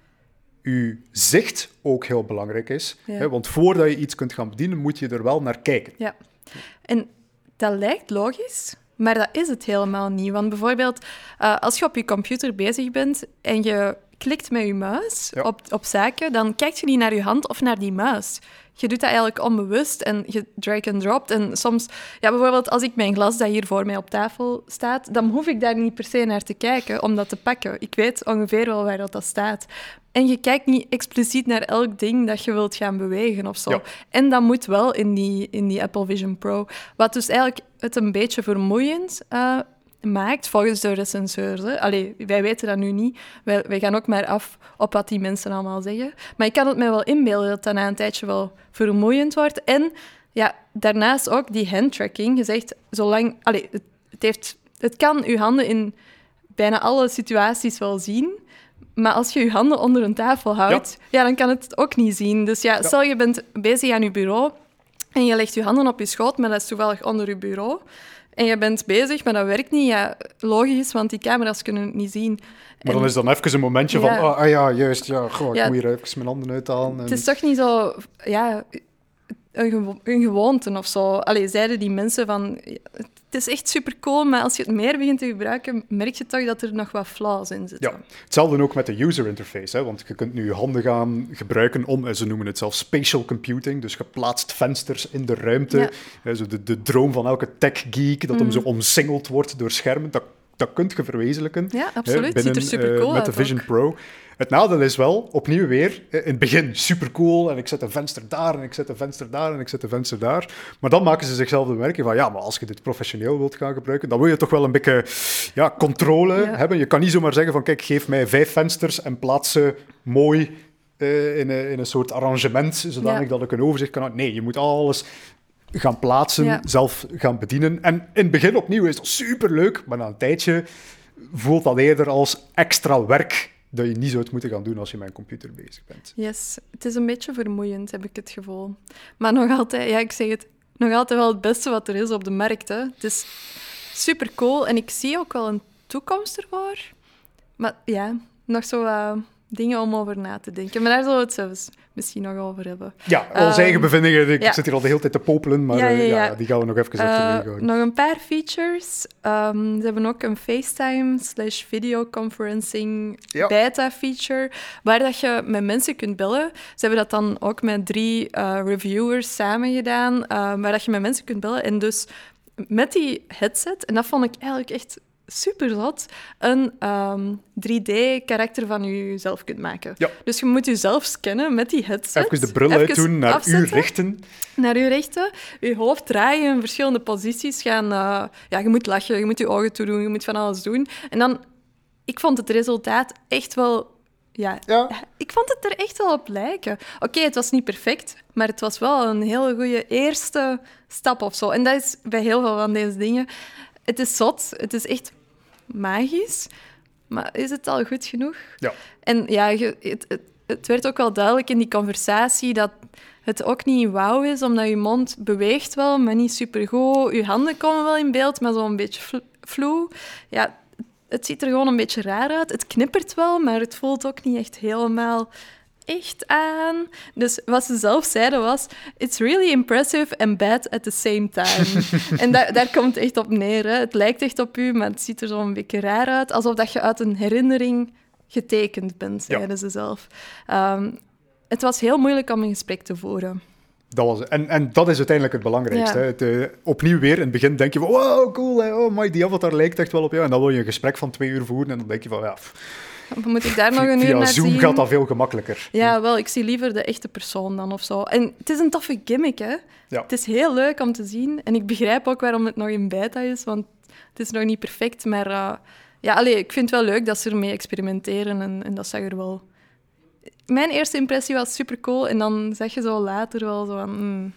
je zicht ook heel belangrijk is. Ja. Hè. Want voordat je iets kunt gaan bedienen, moet je er wel naar kijken. Ja. En dat lijkt logisch, maar dat is het helemaal niet. Want bijvoorbeeld, als je op je computer bezig bent en je klikt met je muis op zaken, dan kijk je niet naar je hand of naar die muis. Je doet dat eigenlijk onbewust en je drag en dropt. En soms, ja, bijvoorbeeld als ik mijn glas dat hier voor mij op tafel staat, dan hoef ik daar niet per se naar te kijken om dat te pakken. Ik weet ongeveer wel waar dat staat. En je kijkt niet expliciet naar elk ding dat je wilt gaan bewegen of zo. Ja. En dat moet wel in die Apple Vision Pro. Wat dus eigenlijk het een beetje vermoeiend maakt, volgens de recenseurs. Hè. Allee, wij weten dat nu niet. Wij gaan ook maar af op wat die mensen allemaal zeggen. Maar ik kan het me wel inbeelden dat dat na een tijdje wel vermoeiend wordt. En ja, daarnaast ook die handtracking. Je zegt, zolang... Allee, het kan je handen in bijna alle situaties wel zien, maar als je je handen onder een tafel houdt, dan kan het ook niet zien. Dus ja, stel je bent bezig aan je bureau en je legt je handen op je schoot, maar dat is toevallig onder je bureau. En je bent bezig, maar dat werkt niet. Ja, logisch, want die camera's kunnen het niet zien. Maar dan is dan even een momentje van, juist, ik moet hier even mijn handen uithalen. En... Het is toch niet zo, ja, een gewoonte of zo. Allee, zeiden die mensen van, het is echt supercool, maar als je het meer begint te gebruiken, merk je toch dat er nog wat flaws in zitten. Ja, hetzelfde ook met de user interface, hè, want je kunt nu je handen gaan gebruiken om, ze noemen het zelf spatial computing, dus je plaatst vensters in de ruimte. Ja. Zo de droom van elke tech-geek, dat hem zo omsingeld wordt door schermen, dat kunt je verwezenlijken. Ja, absoluut. Het ziet er supercool met uit de Vision ook. Pro. Het nadeel is wel, opnieuw weer, in het begin supercool en ik zet een venster daar en ik zet een venster daar en ik zet een venster daar. Maar dan maken ze zichzelf de merking van, ja, maar als je dit professioneel wilt gaan gebruiken, dan wil je toch wel een beetje controle hebben. Je kan niet zomaar zeggen van, kijk, geef mij 5 vensters en plaats ze mooi in een soort arrangement, zodanig dat ik een overzicht kan houden. Nee, je moet alles gaan plaatsen, zelf gaan bedienen. En in het begin opnieuw is dat superleuk, maar na een tijdje voelt dat eerder als extra werk dat je niet zou moeten gaan doen als je met een computer bezig bent. Yes, het is een beetje vermoeiend, heb ik het gevoel. Maar nog altijd, ja, ik zeg het, nog altijd wel het beste wat er is op de markt. Hè. Het is super cool en ik zie ook wel een toekomst ervoor. Maar ja, nog zo dingen om over na te denken. Maar daar zullen we het zelfs misschien nog over hebben. Ja, onze eigen bevindingen. Ik zit hier al de hele tijd te popelen, maar die gaan we nog even achterwege houden. Nog een paar features. Ze hebben ook een FaceTime/videoconferencing beta feature, waar dat je met mensen kunt bellen. Ze hebben dat dan ook met 3 reviewers samen gedaan, waar dat je met mensen kunt bellen en dus met die headset, en dat vond ik eigenlijk echt super zot, een 3D-karakter van jezelf kunt maken. Ja. Dus je moet jezelf scannen met die headset. Even de bril uit doen, naar u richten. Naar u richten, je hoofd draaien in verschillende posities gaan. Je moet lachen, je moet je ogen toedoen, je moet van alles doen. En dan, ik vond het resultaat echt wel... Ja, ik vond het er echt wel op lijken. Oké, het was niet perfect, maar het was wel een hele goede eerste stap of zo. En dat is bij heel veel van deze dingen. Het is zot, het is echt magisch, maar is het al goed genoeg? Ja. En ja, het werd ook wel duidelijk in die conversatie dat het ook niet wauw is, omdat je mond beweegt wel, maar niet supergoed. Je handen komen wel in beeld, maar zo'n beetje vloe. Ja, het ziet er gewoon een beetje raar uit. Het knippert wel, maar het voelt ook niet echt helemaal echt aan. Dus wat ze zelf zeiden was... It's really impressive and bad at the same time. En daar komt het echt op neer. Hè. Het lijkt echt op u, maar het ziet er zo'n beetje raar uit. Alsof dat je uit een herinnering getekend bent, zeiden ze zelf. Het was heel moeilijk om een gesprek te voeren. Dat was, en dat is uiteindelijk het belangrijkste. Ja. Opnieuw weer, in het begin denk je van... Wow, cool, hè. Oh my, die avatar lijkt echt wel op jou. En dan wil je een gesprek van 2 uur voeren en dan denk je van... Moet ik daar nog een uur via naar Zoom zien? gaat dat veel gemakkelijker. Ja, wel, ik zie liever de echte persoon dan of zo. En het is een toffe gimmick, hè. Ja. Het is heel leuk om te zien. En ik begrijp ook waarom het nog in beta is, want het is nog niet perfect. Maar ik vind het wel leuk dat ze ermee experimenteren en dat zag er wel... Mijn eerste impressie was super cool en dan zeg je zo later wel zo van...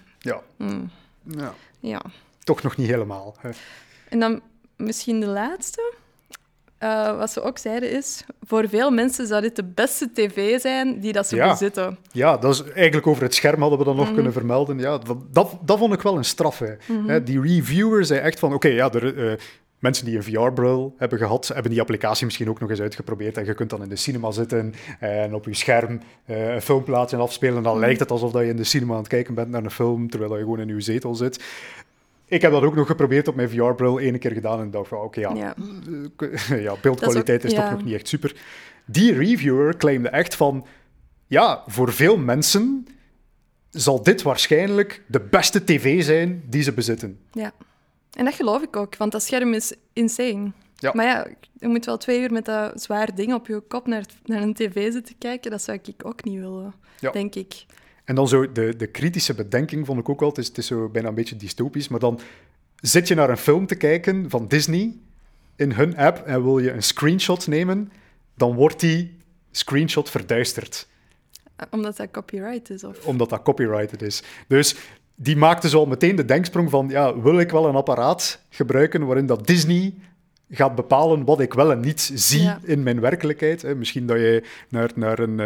Ja. Toch nog niet helemaal. Hè. En dan misschien de laatste... wat ze ook zeiden is, voor veel mensen zou dit de beste tv zijn die dat ze bezitten. Ja, dat is eigenlijk over het scherm hadden we dat nog kunnen vermelden. Ja, dat vond ik wel een straf. Die reviewer zei echt van, mensen die een VR-bril hebben gehad, hebben die applicatie misschien ook nog eens uitgeprobeerd. En je kunt dan in de cinema zitten en op je scherm een film plaatsen en afspelen. En dan lijkt het alsof je in de cinema aan het kijken bent naar een film, terwijl je gewoon in je zetel zit. Ik heb dat ook nog geprobeerd op mijn VR-bril 1 keer gedaan en dacht van, beeldkwaliteit is toch nog niet echt super. Die reviewer claimde echt van, voor veel mensen zal dit waarschijnlijk de beste tv zijn die ze bezitten. Ja, en dat geloof ik ook, want dat scherm is insane. Ja. Maar je moet wel 2 uur met dat zwaar ding op je kop naar een tv zitten kijken. Dat zou ik ook niet willen, denk ik. En dan zo de kritische bedenking vond ik ook wel, het is zo bijna een beetje dystopisch, maar dan zit je naar een film te kijken van Disney in hun app en wil je een screenshot nemen, dan wordt die screenshot verduisterd. Omdat dat copyright is? Of? Omdat dat copyrighted is. Dus die maakte zo al meteen de denksprong van, wil ik wel een apparaat gebruiken waarin dat Disney gaat bepalen wat ik wel en niet zie in mijn werkelijkheid. Misschien dat je naar een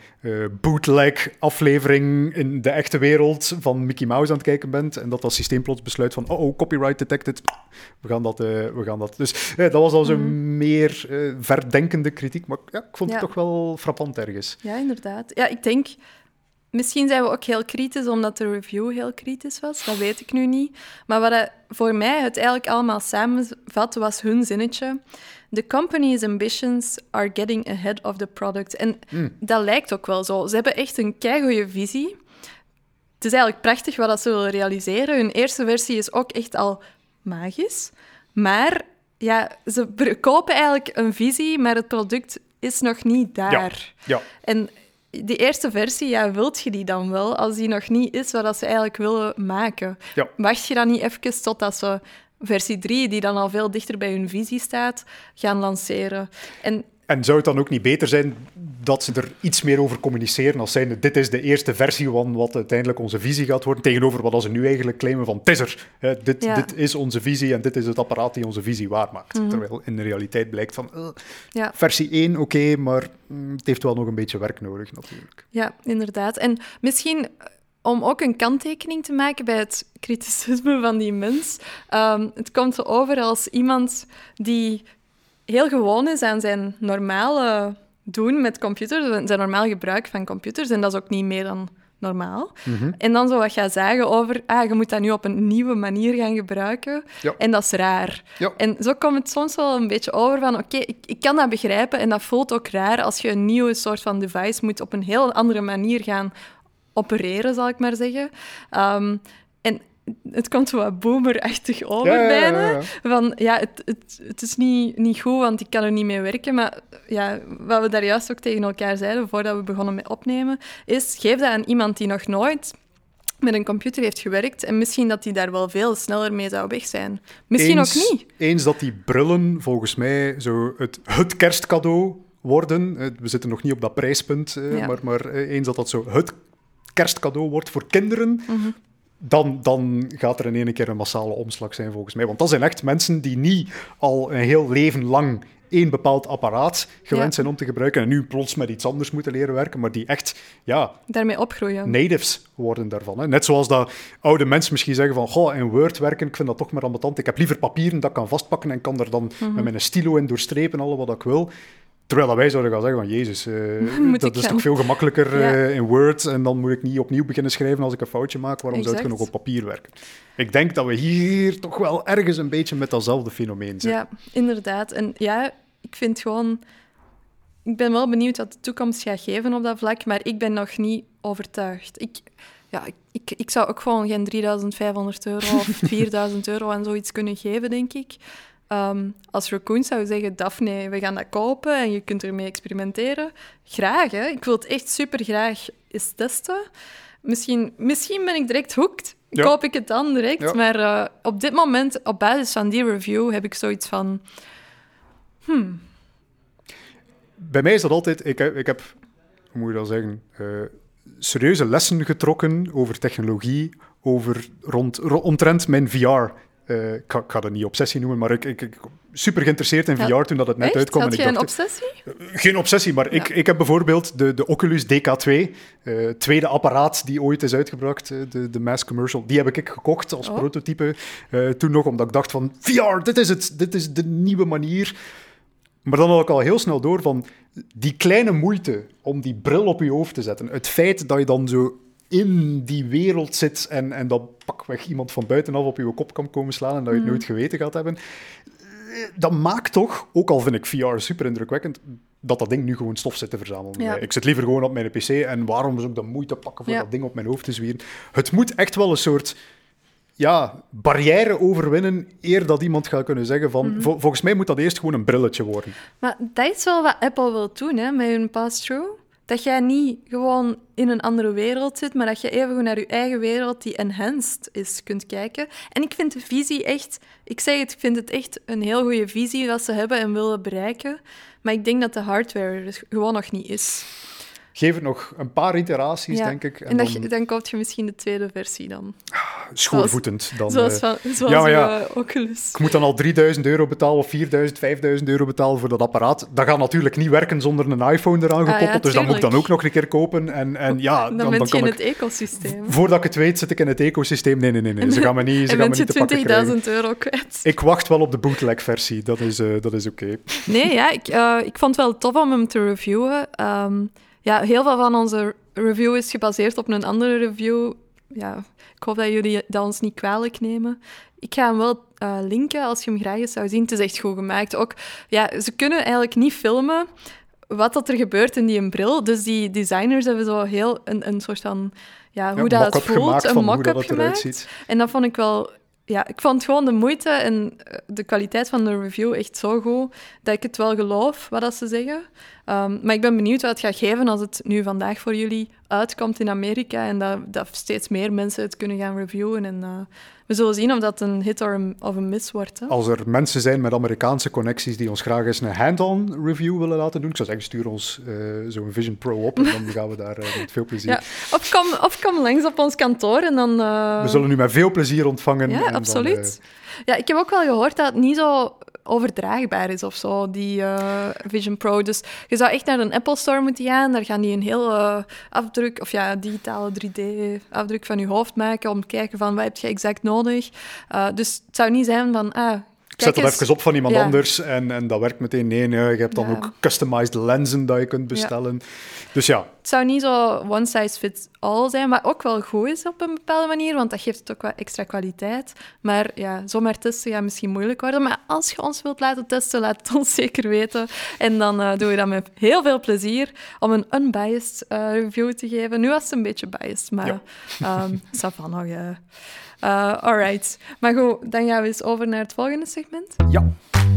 bootleg-aflevering in de echte wereld van Mickey Mouse aan het kijken bent en dat systeem plots besluit van copyright detected, we gaan dat. Dus dat was al zo'n meer verdenkende kritiek, maar ik vond het toch wel frappant ergens. Ja, inderdaad. Ja, ik denk... Misschien zijn we ook heel kritisch, omdat de review heel kritisch was. Dat weet ik nu niet. Maar wat voor mij het eigenlijk allemaal samenvat, was hun zinnetje. The company's ambitions are getting ahead of the product. En dat lijkt ook wel zo. Ze hebben echt een keigoeie visie. Het is eigenlijk prachtig wat ze willen realiseren. Hun eerste versie is ook echt al magisch. Maar ze verkopen eigenlijk een visie, maar het product is nog niet daar. Ja. En... die eerste versie, wilt je die dan wel, als die nog niet is wat ze eigenlijk willen maken? Ja. Wacht je dan niet even totdat ze versie 3, die dan al veel dichter bij hun visie staat, gaan lanceren? En zou het dan ook niet beter zijn dat ze er iets meer over communiceren als zijnde dit is de eerste versie van wat uiteindelijk onze visie gaat worden, tegenover wat ze nu eigenlijk claimen van het is er. Dit is onze visie en dit is het apparaat die onze visie waarmaakt. Terwijl in de realiteit blijkt van versie 1 oké, maar het heeft wel nog een beetje werk nodig natuurlijk. Ja, inderdaad. En misschien... om ook een kanttekening te maken bij het kriticisme van die mens. Het komt zo over als iemand die heel gewoon is aan zijn normale doen met computers, zijn normaal gebruik van computers. En dat is ook niet meer dan normaal. En dan zo wat gaan zeggen over, je moet dat nu op een nieuwe manier gaan gebruiken. Ja. En dat is raar. Ja. En zo komt het soms wel een beetje over van, oké, ik kan dat begrijpen en dat voelt ook raar als je een nieuwe soort van device moet op een heel andere manier gaan opereren, zal ik maar zeggen. En het komt zo wat boomerachtig over bijna. Ja. Van, het is niet goed, want ik kan er niet mee werken. Maar ja, wat we daar juist ook tegen elkaar zeiden, voordat we begonnen met opnemen, is, geef dat aan iemand die nog nooit met een computer heeft gewerkt en misschien dat die daar wel veel sneller mee zou weg zijn. Misschien ook niet. Eens dat die brillen volgens mij zo het kerstcadeau worden. We zitten nog niet op dat prijspunt, maar eens dat zo het kerstcadeau wordt voor kinderen, dan gaat er in één keer een massale omslag zijn volgens mij. Want dat zijn echt mensen die niet al een heel leven lang één bepaald apparaat gewend zijn om te gebruiken en nu plots met iets anders moeten leren werken, maar die echt, daarmee opgroeien. Natives worden daarvan. Hè. Net zoals dat oude mensen misschien zeggen van, goh, in Word werken, ik vind dat toch maar ambetant. Ik heb liever papieren dat ik kan vastpakken en kan er dan met mijn stilo in doorstrepen, alle wat ik wil. Terwijl dat wij zouden gaan zeggen van, jezus, dat is toch veel gemakkelijker in Word en dan moet ik niet opnieuw beginnen schrijven als ik een foutje maak. Waarom zou ik nog op papier werken? Ik denk dat we hier toch wel ergens een beetje met datzelfde fenomeen zitten. Ja, inderdaad. En ja, ik vind gewoon... Ik ben wel benieuwd wat de toekomst gaat geven op dat vlak, maar ik ben nog niet overtuigd. Ik zou ook gewoon geen €3.500 of €4.000 aan zoiets kunnen geven, denk ik. Als Raccoon zou zeggen, Daphne, we gaan dat kopen en je kunt ermee experimenteren. Graag, hè. Ik wil het echt super graag eens testen. Misschien ben ik direct hooked. Koop ik het dan direct. Ja. Maar op dit moment, op basis van die review, heb ik zoiets van... Bij mij is dat altijd... Ik heb hoe moet je dat zeggen... serieuze lessen getrokken over technologie, omtrent mijn VR. Ik ga dat niet obsessie noemen, maar ik super geïnteresseerd in VR toen dat het net uitkwam. Had je een obsessie? Geen obsessie, maar ik heb bijvoorbeeld de Oculus DK2, tweede apparaat die ooit is uitgebracht, de mass commercial, die heb ik gekocht als prototype. Toen nog, omdat ik dacht van, VR, dit is de nieuwe manier. Maar dan had ik al heel snel door van die kleine moeite om die bril op je hoofd te zetten. Het feit dat je dan zo in die wereld zit en dat pakweg iemand van buitenaf op je kop kan komen slaan en dat je het nooit geweten gaat hebben. Dat maakt toch, ook al vind ik VR super indrukwekkend, dat ding nu gewoon stof zit te verzamelen. Ja. Ik zit liever gewoon op mijn PC en waarom zou ik de moeite pakken voor dat ding op mijn hoofd te zwieren? Het moet echt wel een soort... barrière overwinnen, eer dat iemand gaat kunnen zeggen van... Volgens mij moet dat eerst gewoon een brilletje worden. Maar dat is wel wat Apple wil doen, hè, met hun pass-through. Dat jij niet gewoon in een andere wereld zit, maar dat je even naar je eigen wereld die enhanced is kunt kijken. En ik vind de visie echt... Ik vind het echt een heel goede visie wat ze hebben en willen bereiken. Maar ik denk dat de hardware er gewoon nog niet is. Geef het nog een paar iteraties, denk ik. En dan koop je misschien de tweede versie dan. Schoorvoetend. Zoals Oculus. Ik moet dan al €3.000 betalen of €4.000, €5.000 betalen voor dat apparaat. Dat gaat natuurlijk niet werken zonder een iPhone eraan gekoppeld. Dus dat moet ik dan ook nog een keer kopen. En dan ben je in het ecosysteem. Voordat ik het weet, zit ik in het ecosysteem. Nee. Ze gaan me niet te pakken krijgen. €20.000 kwijt. Ik wacht wel op de bootleg-versie. Dat is oké. Nee, ik vond het wel tof om hem te reviewen. Heel veel van onze review is gebaseerd op een andere review. Ja, ik hoop dat jullie dat ons niet kwalijk nemen. Ik ga hem wel linken als je hem graag eens zou zien. Het is echt goed gemaakt. Ook, ze kunnen eigenlijk niet filmen wat dat er gebeurt in die bril. Dus die designers hebben zo heel een soort van... hoe dat het voelt, een mock-up gemaakt. En dat vond ik wel... Ja, ik vond gewoon de moeite en de kwaliteit van de review echt zo goed dat ik het wel geloof, wat dat ze zeggen. Maar ik ben benieuwd wat het gaat geven als het nu vandaag voor jullie uitkomt in Amerika en dat steeds meer mensen het kunnen gaan reviewen. En we zullen zien of dat een hit of een miss wordt. Hè. Als er mensen zijn met Amerikaanse connecties die ons graag eens een hand-on review willen laten doen, ik zou zeggen, stuur ons zo'n Vision Pro op en dan gaan we daar met veel plezier. Ja. Of kom langs op ons kantoor en dan... We zullen u met veel plezier ontvangen. Ja, absoluut. Ik heb ook wel gehoord dat het niet zo overdraagbaar is of zo, die Vision Pro. Dus je zou echt naar een Apple Store moeten gaan. Daar gaan die een heel afdruk, of digitale 3D-afdruk van je hoofd maken om te kijken van wat heb je exact nodig. Dus het zou niet zijn van... Ik zet dat even op van iemand anders en dat werkt meteen. Nee, je hebt dan ook customized lenzen dat je kunt bestellen. Dus ja. Het zou niet zo one size fits all zijn, wat ook wel goed is op een bepaalde manier, want dat geeft het ook wat extra kwaliteit. Maar ja, zomaar testen gaat misschien moeilijk worden. Maar als je ons wilt laten testen, laat het ons zeker weten. En dan doen we dat met heel veel plezier om een unbiased review te geven. Nu was het een beetje biased, maar ça va nog. Alright. Maar goed, dan gaan we eens over naar het volgende segment. Ja.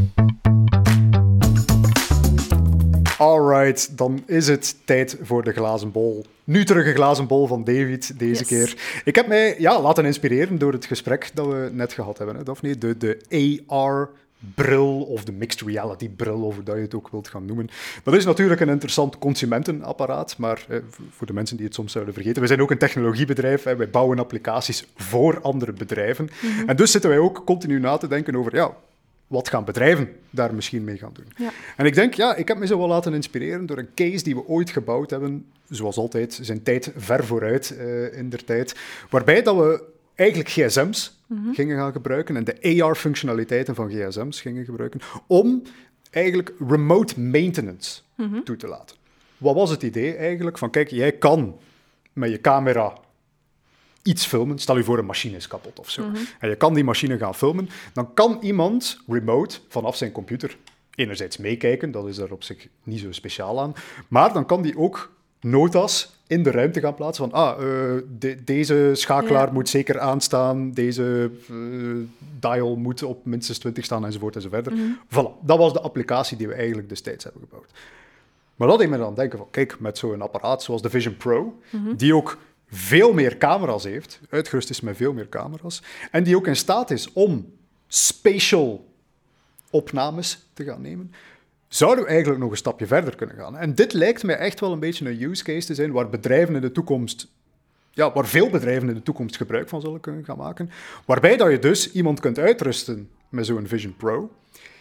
Alright, dan is het tijd voor de glazen bol. Nu terug een glazen bol van David, deze keer. Ik heb mij laten inspireren door het gesprek dat we net gehad hebben, hè, Daphne. De AR-bril of de mixed reality-bril, of hoe dat je het ook wilt gaan noemen. Dat is natuurlijk een interessant consumentenapparaat, maar voor de mensen die het soms zouden vergeten, we zijn ook een technologiebedrijf, hè, wij bouwen applicaties voor andere bedrijven. En dus zitten wij ook continu na te denken over, wat gaan bedrijven daar misschien mee gaan doen? Ja. En ik denk, ik heb me zo wel laten inspireren door een case die we ooit gebouwd hebben, zoals altijd, zijn tijd ver vooruit in der tijd, waarbij dat we eigenlijk gsm's gingen gaan gebruiken en de AR-functionaliteiten van gsm's gingen gebruiken om eigenlijk remote maintenance toe te laten. Wat was het idee eigenlijk? Van kijk, jij kan met je camera iets filmen. Stel je voor, een machine is kapot of zo. En je kan die machine gaan filmen. Dan kan iemand remote vanaf zijn computer enerzijds meekijken. Dat is daar op zich niet zo speciaal aan. Maar dan kan die ook notas in de ruimte gaan plaatsen van deze schakelaar moet zeker aanstaan, deze dial moet op minstens 20 staan, enzovoort enzovoort. Voilà, dat was de applicatie die we eigenlijk destijds hebben gebouwd. Maar dat deed me dan denken van, kijk, met zo'n apparaat zoals de Vision Pro, die ook veel meer camera's heeft, uitgerust is met veel meer camera's, en die ook in staat is om spatial opnames te gaan nemen, zouden we eigenlijk nog een stapje verder kunnen gaan. En dit lijkt mij echt wel een beetje een use case te zijn waar bedrijven in de toekomst, waar veel bedrijven in de toekomst gebruik van zullen kunnen gaan maken, waarbij dat je dus iemand kunt uitrusten met zo'n Vision Pro,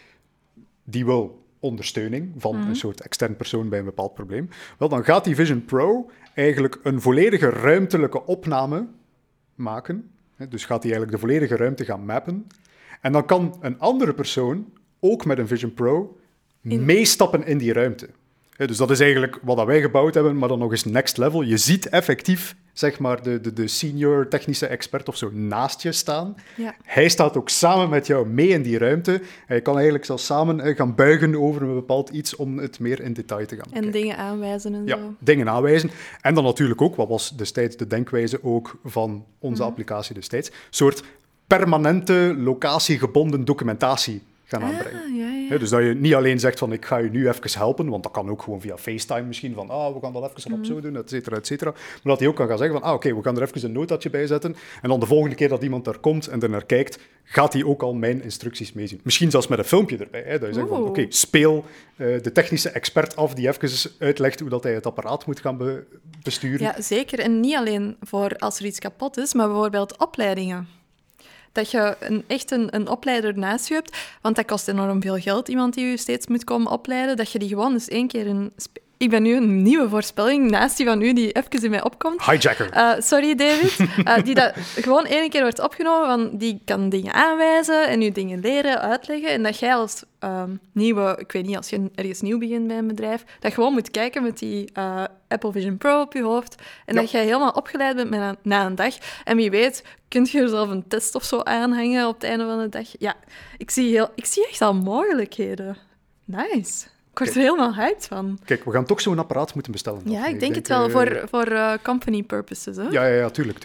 die wil ondersteuning van een soort extern persoon bij een bepaald probleem. Wel, dan gaat die Vision Pro eigenlijk een volledige ruimtelijke opname maken. Dus gaat hij eigenlijk de volledige ruimte gaan mappen. En dan kan een andere persoon, ook met een Vision Pro, meestappen in die ruimte. Dus dat is eigenlijk wat wij gebouwd hebben, maar dan nog eens next level. Je ziet effectief, zeg maar, de senior technische expert of zo naast je staan. Ja. Hij staat ook samen met jou mee in die ruimte. En je kan eigenlijk zelfs samen gaan buigen over een bepaald iets om het meer in detail te gaan bekijken. En dingen aanwijzen en zo. Ja, dingen aanwijzen. En dan natuurlijk ook, wat was destijds de denkwijze ook van onze applicatie destijds, een soort permanente, locatiegebonden documentatie gaan aanbrengen. Ja, dus dat je niet alleen zegt van ik ga je nu even helpen, want dat kan ook gewoon via FaceTime misschien, van we gaan dat even op zo doen, et cetera. Maar dat hij ook kan gaan zeggen van oké, we gaan er even een notatje bij zetten en dan de volgende keer dat iemand daar komt en er naar kijkt, gaat hij ook al mijn instructies meezien. Misschien zelfs met een filmpje erbij. Dat je zegt van oké, speel de technische expert af die even uitlegt hoe dat hij het apparaat moet gaan besturen. Ja, zeker. En niet alleen voor als er iets kapot is, maar bijvoorbeeld opleidingen. Dat je echt een opleider naast je hebt, want dat kost enorm veel geld, iemand die je steeds moet komen opleiden, dat je die gewoon eens één keer ik ben nu een nieuwe voorspelling naast die van u, die even in mij opkomt. Hijacker. Sorry, David. Die dat gewoon één keer wordt opgenomen, want die kan dingen aanwijzen en u dingen leren, uitleggen. En dat jij als nieuwe, ik weet niet, als je ergens nieuw begint bij een bedrijf, dat je gewoon moet kijken met die Apple Vision Pro op je hoofd. En dat jij helemaal opgeleid bent na een dag. En wie weet, kun je er zelf een test of zo aanhangen op het einde van de dag. Ja, ik zie echt al mogelijkheden. Nice. Ik word er helemaal hyped van. Kijk, we gaan toch zo'n apparaat moeten bestellen. Ja, ik denk het wel, voor company purposes. Hè? Ja, tuurlijk.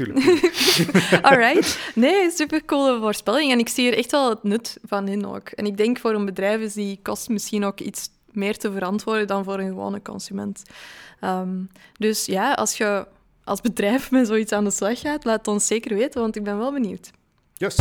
Alright. Nee, supercoole voorspelling. En ik zie er echt wel het nut van in ook. En ik denk voor een bedrijf is die kost misschien ook iets meer te verantwoorden dan voor een gewone consument. Dus ja, als je als bedrijf met zoiets aan de slag gaat, laat het ons zeker weten, want ik ben wel benieuwd. Yes.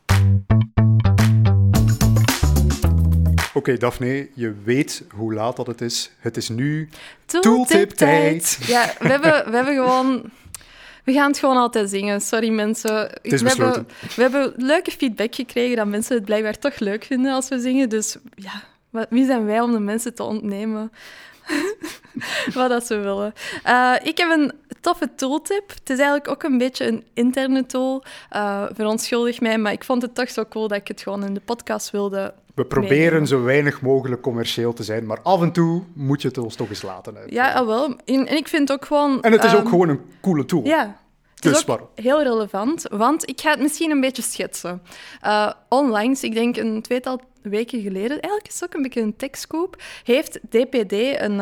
Oké, Daphne, je weet hoe laat dat het is. Het is nu tooltip-tijd. Ja, we hebben gewoon... We gaan het gewoon altijd zingen. Sorry, mensen. Het is besloten. We hebben leuke feedback gekregen dat mensen het blijkbaar toch leuk vinden als we zingen. Dus ja, wie zijn wij om de mensen te ontnemen wat dat ze willen? Ik heb een toffe tooltip. Het is eigenlijk ook een beetje een interne tool. Verontschuldig mij, maar ik vond het toch zo cool dat ik het gewoon in de podcast wilde. We proberen zo weinig mogelijk commercieel te zijn, maar af en toe moet je het ons toch eens laten. Ja, wel. En ik vind ook gewoon... En het is ook gewoon een coole tool. Ja. Het is ook heel relevant, want ik ga het misschien een beetje schetsen. Onlangs, ik denk een tweetal weken geleden, eigenlijk is het ook een beetje een techscoop, heeft DPD een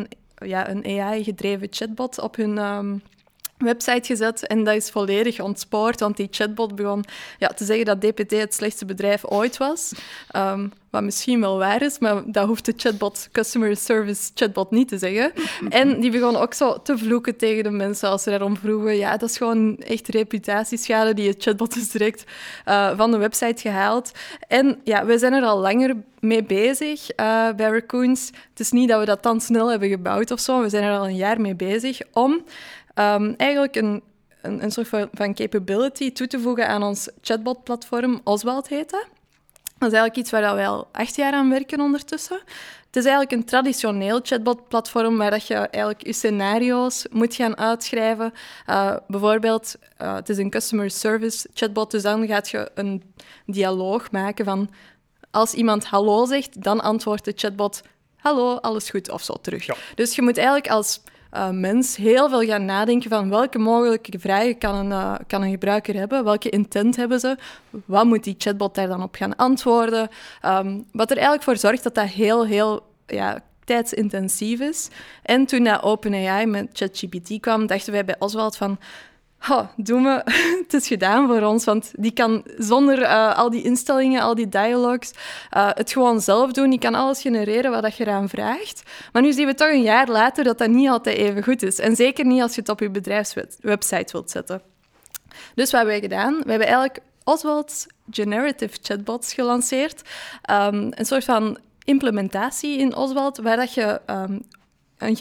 AI-gedreven chatbot op hun website gezet en dat is volledig ontspoord, want die chatbot begon te zeggen dat DPD het slechtste bedrijf ooit was. Wat misschien wel waar is, maar dat hoeft de chatbot, customer service chatbot niet te zeggen. En die begon ook zo te vloeken tegen de mensen als ze daarom vroegen. Ja, dat is gewoon echt reputatieschade. Die chatbot is direct van de website gehaald. En ja, we zijn er al langer mee bezig bij Raccoons. Het is niet dat we dat dan snel hebben gebouwd of zo. We zijn er al een jaar mee bezig om eigenlijk een soort van capability toe te voegen aan ons chatbot-platform. Oswald heet dat. Dat is eigenlijk iets waar we al 8 jaar aan werken ondertussen. Het is eigenlijk een traditioneel chatbot-platform waar dat je eigenlijk je scenario's moet gaan uitschrijven. Bijvoorbeeld, het is een customer service chatbot, dus dan gaat je een dialoog maken van... Als iemand hallo zegt, dan antwoordt de chatbot hallo, alles goed of zo terug. Ja. Dus je moet eigenlijk als mens heel veel gaan nadenken van welke mogelijke vragen kan een gebruiker hebben, welke intent hebben ze, wat moet die chatbot daar dan op gaan antwoorden. Wat er eigenlijk voor zorgt dat dat heel tijdsintensief is. En toen dat OpenAI met ChatGPT kwam, dachten wij bij Oswald van... doen we. Het is gedaan voor ons, want die kan zonder al die instellingen, al die dialogues, het gewoon zelf doen. Die kan alles genereren wat je eraan vraagt. Maar nu zien we toch een jaar later dat dat niet altijd even goed is. En zeker niet als je het op je bedrijfswebsite wilt zetten. Dus wat hebben wij gedaan? We hebben eigenlijk Oswald's Generative Chatbots gelanceerd. Een soort van implementatie in Oswald, waar dat je een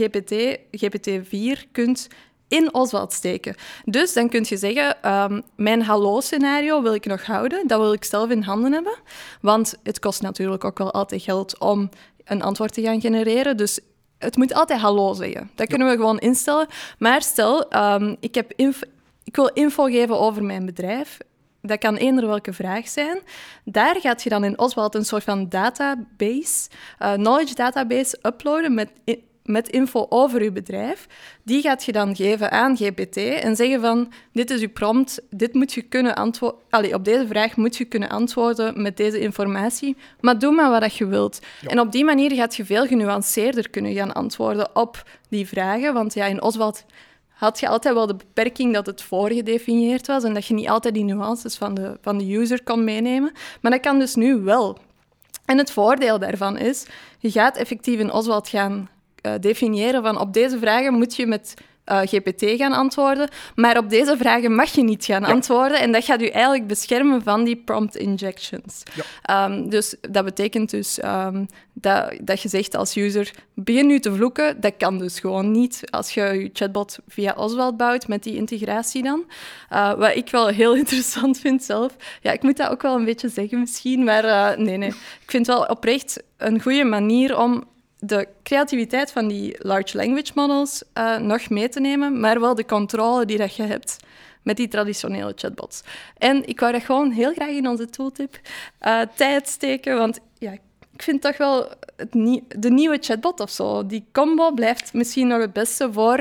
GPT-4 kunt in Oswald steken. Dus dan kun je zeggen, mijn hallo-scenario wil ik nog houden. Dat wil ik zelf in handen hebben. Want het kost natuurlijk ook wel altijd geld om een antwoord te gaan genereren. Dus het moet altijd hallo zeggen. Dat kunnen we gewoon instellen. Maar stel, ik wil info geven over mijn bedrijf. Dat kan eender welke vraag zijn. Daar gaat je dan in Oswald een soort van database, knowledge database uploaden met info over uw bedrijf. Die gaat je dan geven aan GPT en zeggen van, dit is uw prompt, dit moet je kunnen antwoorden. Op deze vraag moet je kunnen antwoorden met deze informatie, maar doe maar wat je wilt. Ja. En op die manier gaat je veel genuanceerder kunnen gaan antwoorden op die vragen, want ja, in Oswald had je altijd wel de beperking dat het voorgedefinieerd was en dat je niet altijd die nuances van de user kon meenemen. Maar dat kan dus nu wel. En het voordeel daarvan is, je gaat effectief in Oswald gaan definiëren van op deze vragen moet je met GPT gaan antwoorden, maar op deze vragen mag je niet gaan antwoorden en dat gaat je eigenlijk beschermen van die prompt injections. Ja. Dus dat betekent dus dat je zegt als user, begin nu te vloeken, dat kan dus gewoon niet als je je chatbot via Oswald bouwt met die integratie dan. Wat ik wel heel interessant vind zelf. Ja, ik moet dat ook wel een beetje zeggen misschien, maar nee. Ik vind wel oprecht een goede manier om de creativiteit van die large language models nog mee te nemen, maar wel de controle die dat je hebt met die traditionele chatbots. En ik wou dat gewoon heel graag in onze tooltip tijd steken, want ja, ik vind toch wel de nieuwe chatbot of zo. Die combo blijft misschien nog het beste voor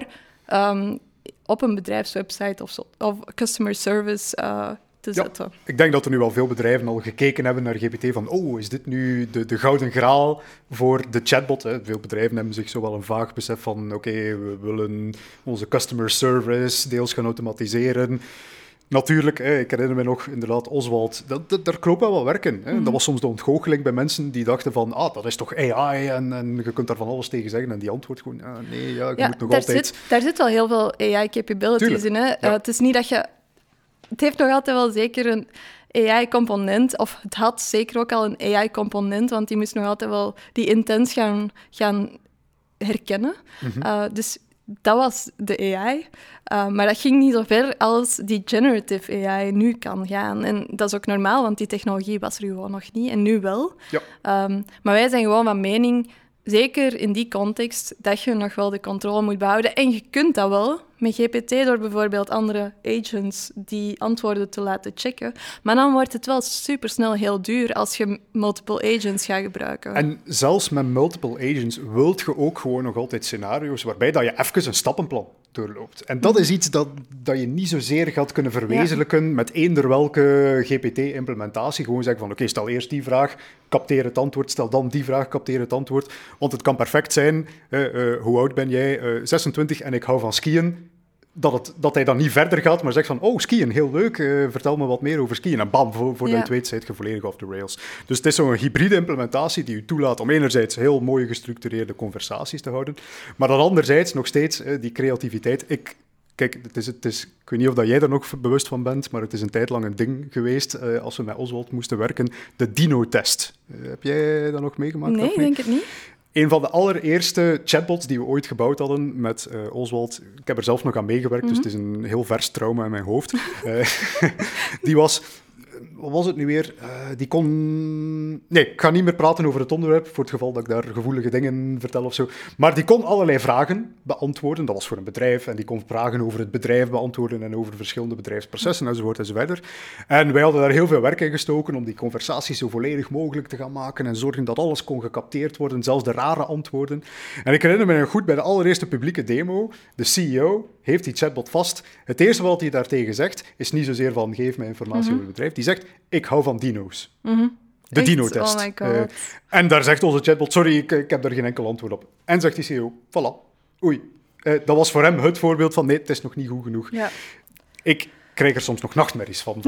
op een bedrijfswebsite of zo, of customer service te zetten. Ja, ik denk dat er nu al veel bedrijven al gekeken hebben naar GPT van is dit nu de gouden graal voor de chatbot? Hè? Veel bedrijven hebben zich zo wel een vaag besef van we willen onze customer service deels gaan automatiseren. Natuurlijk, ik herinner me nog inderdaad Oswald, daar kroop wel wat werk in. Hè? Mm-hmm. Dat was soms de ontgoocheling bij mensen die dachten van, dat is toch AI en je kunt daar van alles tegen zeggen. En die antwoord gewoon, nee, je moet nog altijd... Daar zit wel heel veel AI-capabilities in. Hè? Ja. Het is niet dat je... Het heeft nog altijd wel zeker een AI-component, of het had zeker ook al een AI-component, want die moest nog altijd wel die intent gaan herkennen. Mm-hmm. Dus dat was de AI. Maar dat ging niet zo ver als die generative AI nu kan gaan. En dat is ook normaal, want die technologie was er gewoon nog niet, en nu wel. Ja. Maar wij zijn gewoon van mening, zeker in die context, dat je nog wel de controle moet behouden. En je kunt dat wel met GPT door bijvoorbeeld andere agents die antwoorden te laten checken. Maar dan wordt het wel supersnel heel duur als je multiple agents gaat gebruiken. En zelfs met multiple agents wilt je ook gewoon nog altijd scenario's waarbij dat je even een stappenplan doorloopt. En dat is iets dat je niet zozeer gaat kunnen verwezenlijken met eender welke GPT-implementatie. Gewoon zeggen van, oké, stel eerst die vraag, capteer het antwoord, stel dan die vraag, capteer het antwoord. Want het kan perfect zijn, hoe oud ben jij? 26 en ik hou van skiën. Dat hij dan niet verder gaat, maar zegt van, oh, skiën, heel leuk, vertel me wat meer over skiën. En bam, voordat je het weet, zit je volledig off the rails. Dus het is zo'n hybride implementatie die u toelaat om enerzijds heel mooie gestructureerde conversaties te houden, maar dan anderzijds nog steeds die creativiteit. Kijk, het is, ik weet niet of dat jij er nog bewust van bent, maar het is een tijd lang een ding geweest als we met Oswald moesten werken. De Dino-test. Heb jij dat nog meegemaakt? Nee, ik denk het niet. Een van de allereerste chatbots die we ooit gebouwd hadden met Oswald. Ik heb er zelf nog aan meegewerkt, dus het is een heel vers trauma in mijn hoofd. Die was... Wat was het nu weer? Die kon... Nee, ik ga niet meer praten over het onderwerp, voor het geval dat ik daar gevoelige dingen vertel of zo. Maar die kon allerlei vragen beantwoorden. Dat was voor een bedrijf. En die kon vragen over het bedrijf beantwoorden en over verschillende bedrijfsprocessen enzovoort enzoverder. En wij hadden daar heel veel werk in gestoken om die conversaties zo volledig mogelijk te gaan maken en zorgen dat alles kon gecapteerd worden, zelfs de rare antwoorden. En ik herinner me nog goed, bij de allereerste publieke demo, de CEO heeft die chatbot vast. Het eerste wat hij daartegen zegt, is niet zozeer van geef mij informatie over het bedrijf. Die zegt, ik hou van dino's. De dino-test. Oh my god. En daar zegt onze chatbot, sorry, ik heb daar geen enkel antwoord op. En zegt die CEO, voilà, oei. Dat was voor hem het voorbeeld van, nee, het is nog niet goed genoeg. Ja. Ik krijg er soms nog nachtmerries van.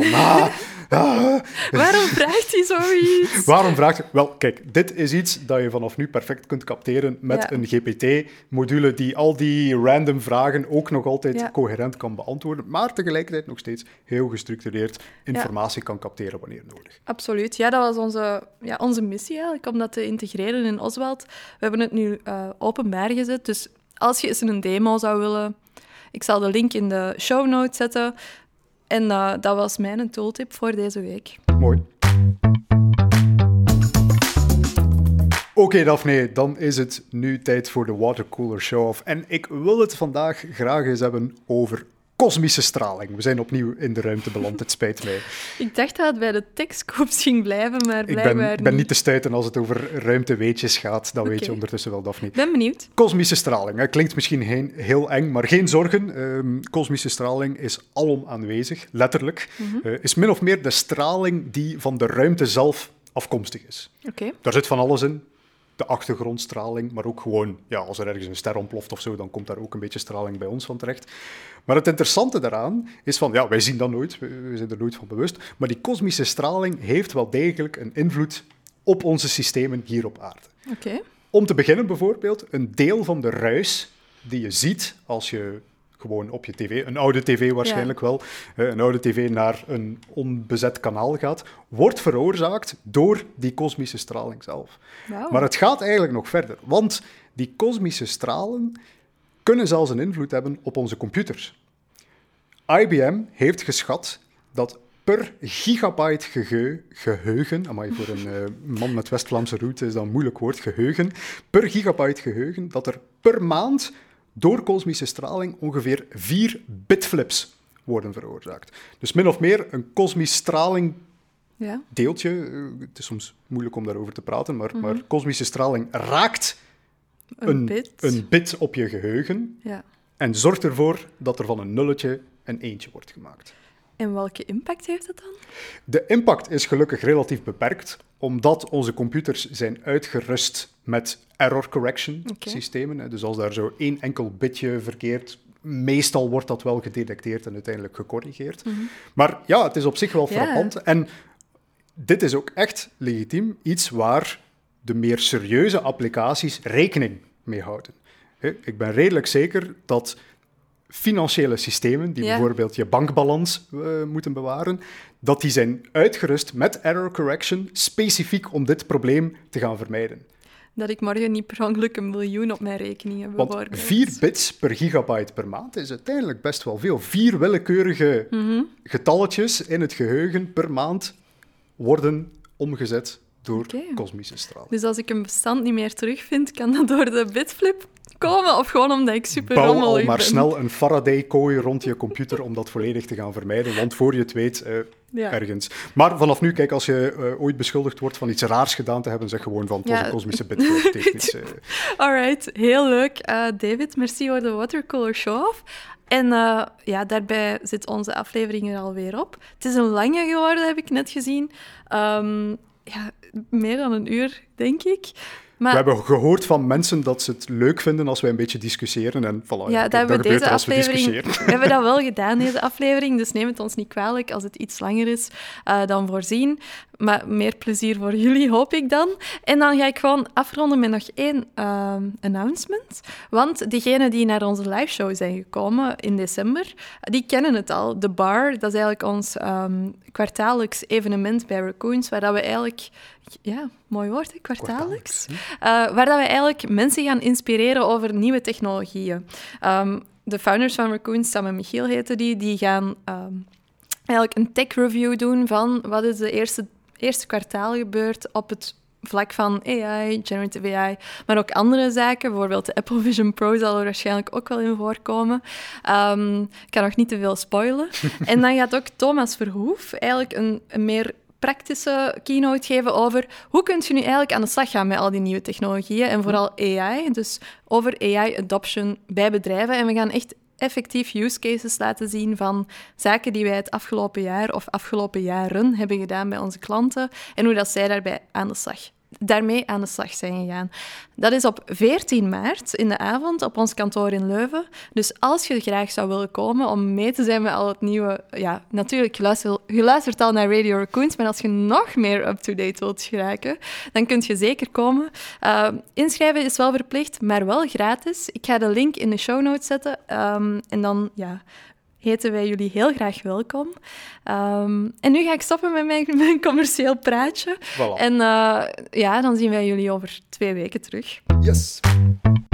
Waarom vraagt hij zoiets? Waarom vraagt hij? Wel, kijk, dit is iets dat je vanaf nu perfect kunt capteren met een GPT-module die al die random vragen ook nog altijd coherent kan beantwoorden, maar tegelijkertijd nog steeds heel gestructureerd informatie kan capteren wanneer nodig. Absoluut. Ja, dat was onze missie eigenlijk, om dat te integreren in Oswald. We hebben het nu openbaar gezet, dus als je eens een demo zou willen, ik zal de link in de show notes zetten. En dat was mijn tooltip voor deze week. Mooi. Oké, Daphne, dan is het nu tijd voor de Watercooler Show-off. En ik wil het vandaag graag eens hebben over kosmische straling. We zijn opnieuw in de ruimte beland, het spijt mij. Ik dacht dat het bij de TechScoops ging blijven, maar blijkbaar Ik ben niet te stuiten als het over ruimteweetjes gaat. Dat weet je ondertussen wel, Daphne. Ben benieuwd. Kosmische straling. Klinkt misschien heel eng, maar geen zorgen. Kosmische straling is alom aanwezig, letterlijk. Is min of meer de straling die van de ruimte zelf afkomstig is. Okay. Daar zit van alles in. De achtergrondstraling, maar ook gewoon, als er ergens een ster ontploft of zo, dan komt daar ook een beetje straling bij ons van terecht. Maar het interessante daaraan is van, wij zien dat nooit, we zijn er nooit van bewust, maar die kosmische straling heeft wel degelijk een invloed op onze systemen hier op aarde. Okay. Om te beginnen bijvoorbeeld, een deel van de ruis die je ziet als je gewoon op je tv, een oude tv waarschijnlijk wel, een oude tv naar een onbezet kanaal gaat, wordt veroorzaakt door die kosmische straling zelf. Wow. Maar het gaat eigenlijk nog verder, want die kosmische stralen kunnen zelfs een invloed hebben op onze computers. IBM heeft geschat dat per gigabyte geheugen, amai, voor een man met West-Vlaamse roots is dat een moeilijk woord, geheugen, per gigabyte geheugen, dat er per maand door kosmische straling ongeveer 4 bitflips worden veroorzaakt. Dus min of meer een kosmisch straling deeltje. Het is soms moeilijk om daarover te praten, maar kosmische straling raakt een bit op je geheugen en zorgt ervoor dat er van een nulletje een eentje wordt gemaakt. En welke impact heeft het dan? De impact is gelukkig relatief beperkt, omdat onze computers zijn uitgerust met error correction systemen. Dus als daar zo 1 enkel bitje verkeert, meestal wordt dat wel gedetecteerd en uiteindelijk gecorrigeerd. Maar het is op zich wel frappant. En dit is ook echt legitiem iets waar de meer serieuze applicaties rekening mee houden. Ik ben redelijk zeker dat financiële systemen, die bijvoorbeeld je bankbalans moeten bewaren, dat die zijn uitgerust met error correction, specifiek om dit probleem te gaan vermijden. Dat ik morgen niet per ongeluk 1 miljoen op mijn rekening heb. Want 4 bits per gigabyte per maand is uiteindelijk best wel veel. 4 willekeurige getalletjes in het geheugen per maand worden omgezet door kosmische straling. Dus als ik een bestand niet meer terugvind, kan dat door de bitflip komen of gewoon omdat ik super Bouw rommelig al ben? maar snel een Faraday-kooi rond je computer om dat volledig te gaan vermijden, want voor je het weet, ergens. Maar vanaf nu, kijk, als je ooit beschuldigd wordt van iets raars gedaan te hebben, zeg gewoon van het was een kosmische bitcoin. Alright, heel leuk. David, merci voor de watercolor show-off. En daarbij zit onze aflevering er alweer op. Het is een lange geworden, heb ik net gezien. Meer dan een uur, denk ik. Maar, we hebben gehoord van mensen dat ze het leuk vinden als wij een beetje discussiëren. En voilà, dat hebben we deze aflevering... We hebben dat wel gedaan, deze aflevering. Dus neem het ons niet kwalijk als het iets langer is dan voorzien. Maar meer plezier voor jullie, hoop ik dan. En dan ga ik gewoon afronden met nog één announcement. Want diegenen die naar onze liveshow zijn gekomen in december, die kennen het al. The Bar, dat is eigenlijk ons kwartaallijks evenement bij Raccoons, waar dat we eigenlijk... Ja, mooi woord, hè? Kwartaallijks. Waar dat we eigenlijk mensen gaan inspireren over nieuwe technologieën. De founders van Raccoons, Sam en Michiel heten die gaan eigenlijk een tech-review doen van wat is de eerste kwartaal gebeurd op het vlak van AI, generative AI, maar ook andere zaken. Bijvoorbeeld de Apple Vision Pro zal er waarschijnlijk ook wel in voorkomen. Ik kan nog niet te veel spoilen. En dan gaat ook Thomas Verhoef eigenlijk een meer praktische keynote geven over hoe kun je nu eigenlijk aan de slag gaan met al die nieuwe technologieën en vooral AI, dus over AI-adoption bij bedrijven. En we gaan echt effectief use cases laten zien van zaken die wij het afgelopen jaar of afgelopen jaren hebben gedaan bij onze klanten en hoe dat zij daarmee aan de slag zijn gegaan. Dat is op 14 maart in de avond op ons kantoor in Leuven. Dus als je graag zou willen komen om mee te zijn met al het nieuwe... Ja, natuurlijk, je luistert al naar Radio Raccoons, maar als je nog meer up-to-date wilt geraken, dan kun je zeker komen. Inschrijven is wel verplicht, maar wel gratis. Ik ga de link in de show notes zetten. En dan... heten wij jullie heel graag welkom. En nu ga ik stoppen met mijn commercieel praatje. Voilà. En dan zien wij jullie over 2 weken terug. Yes!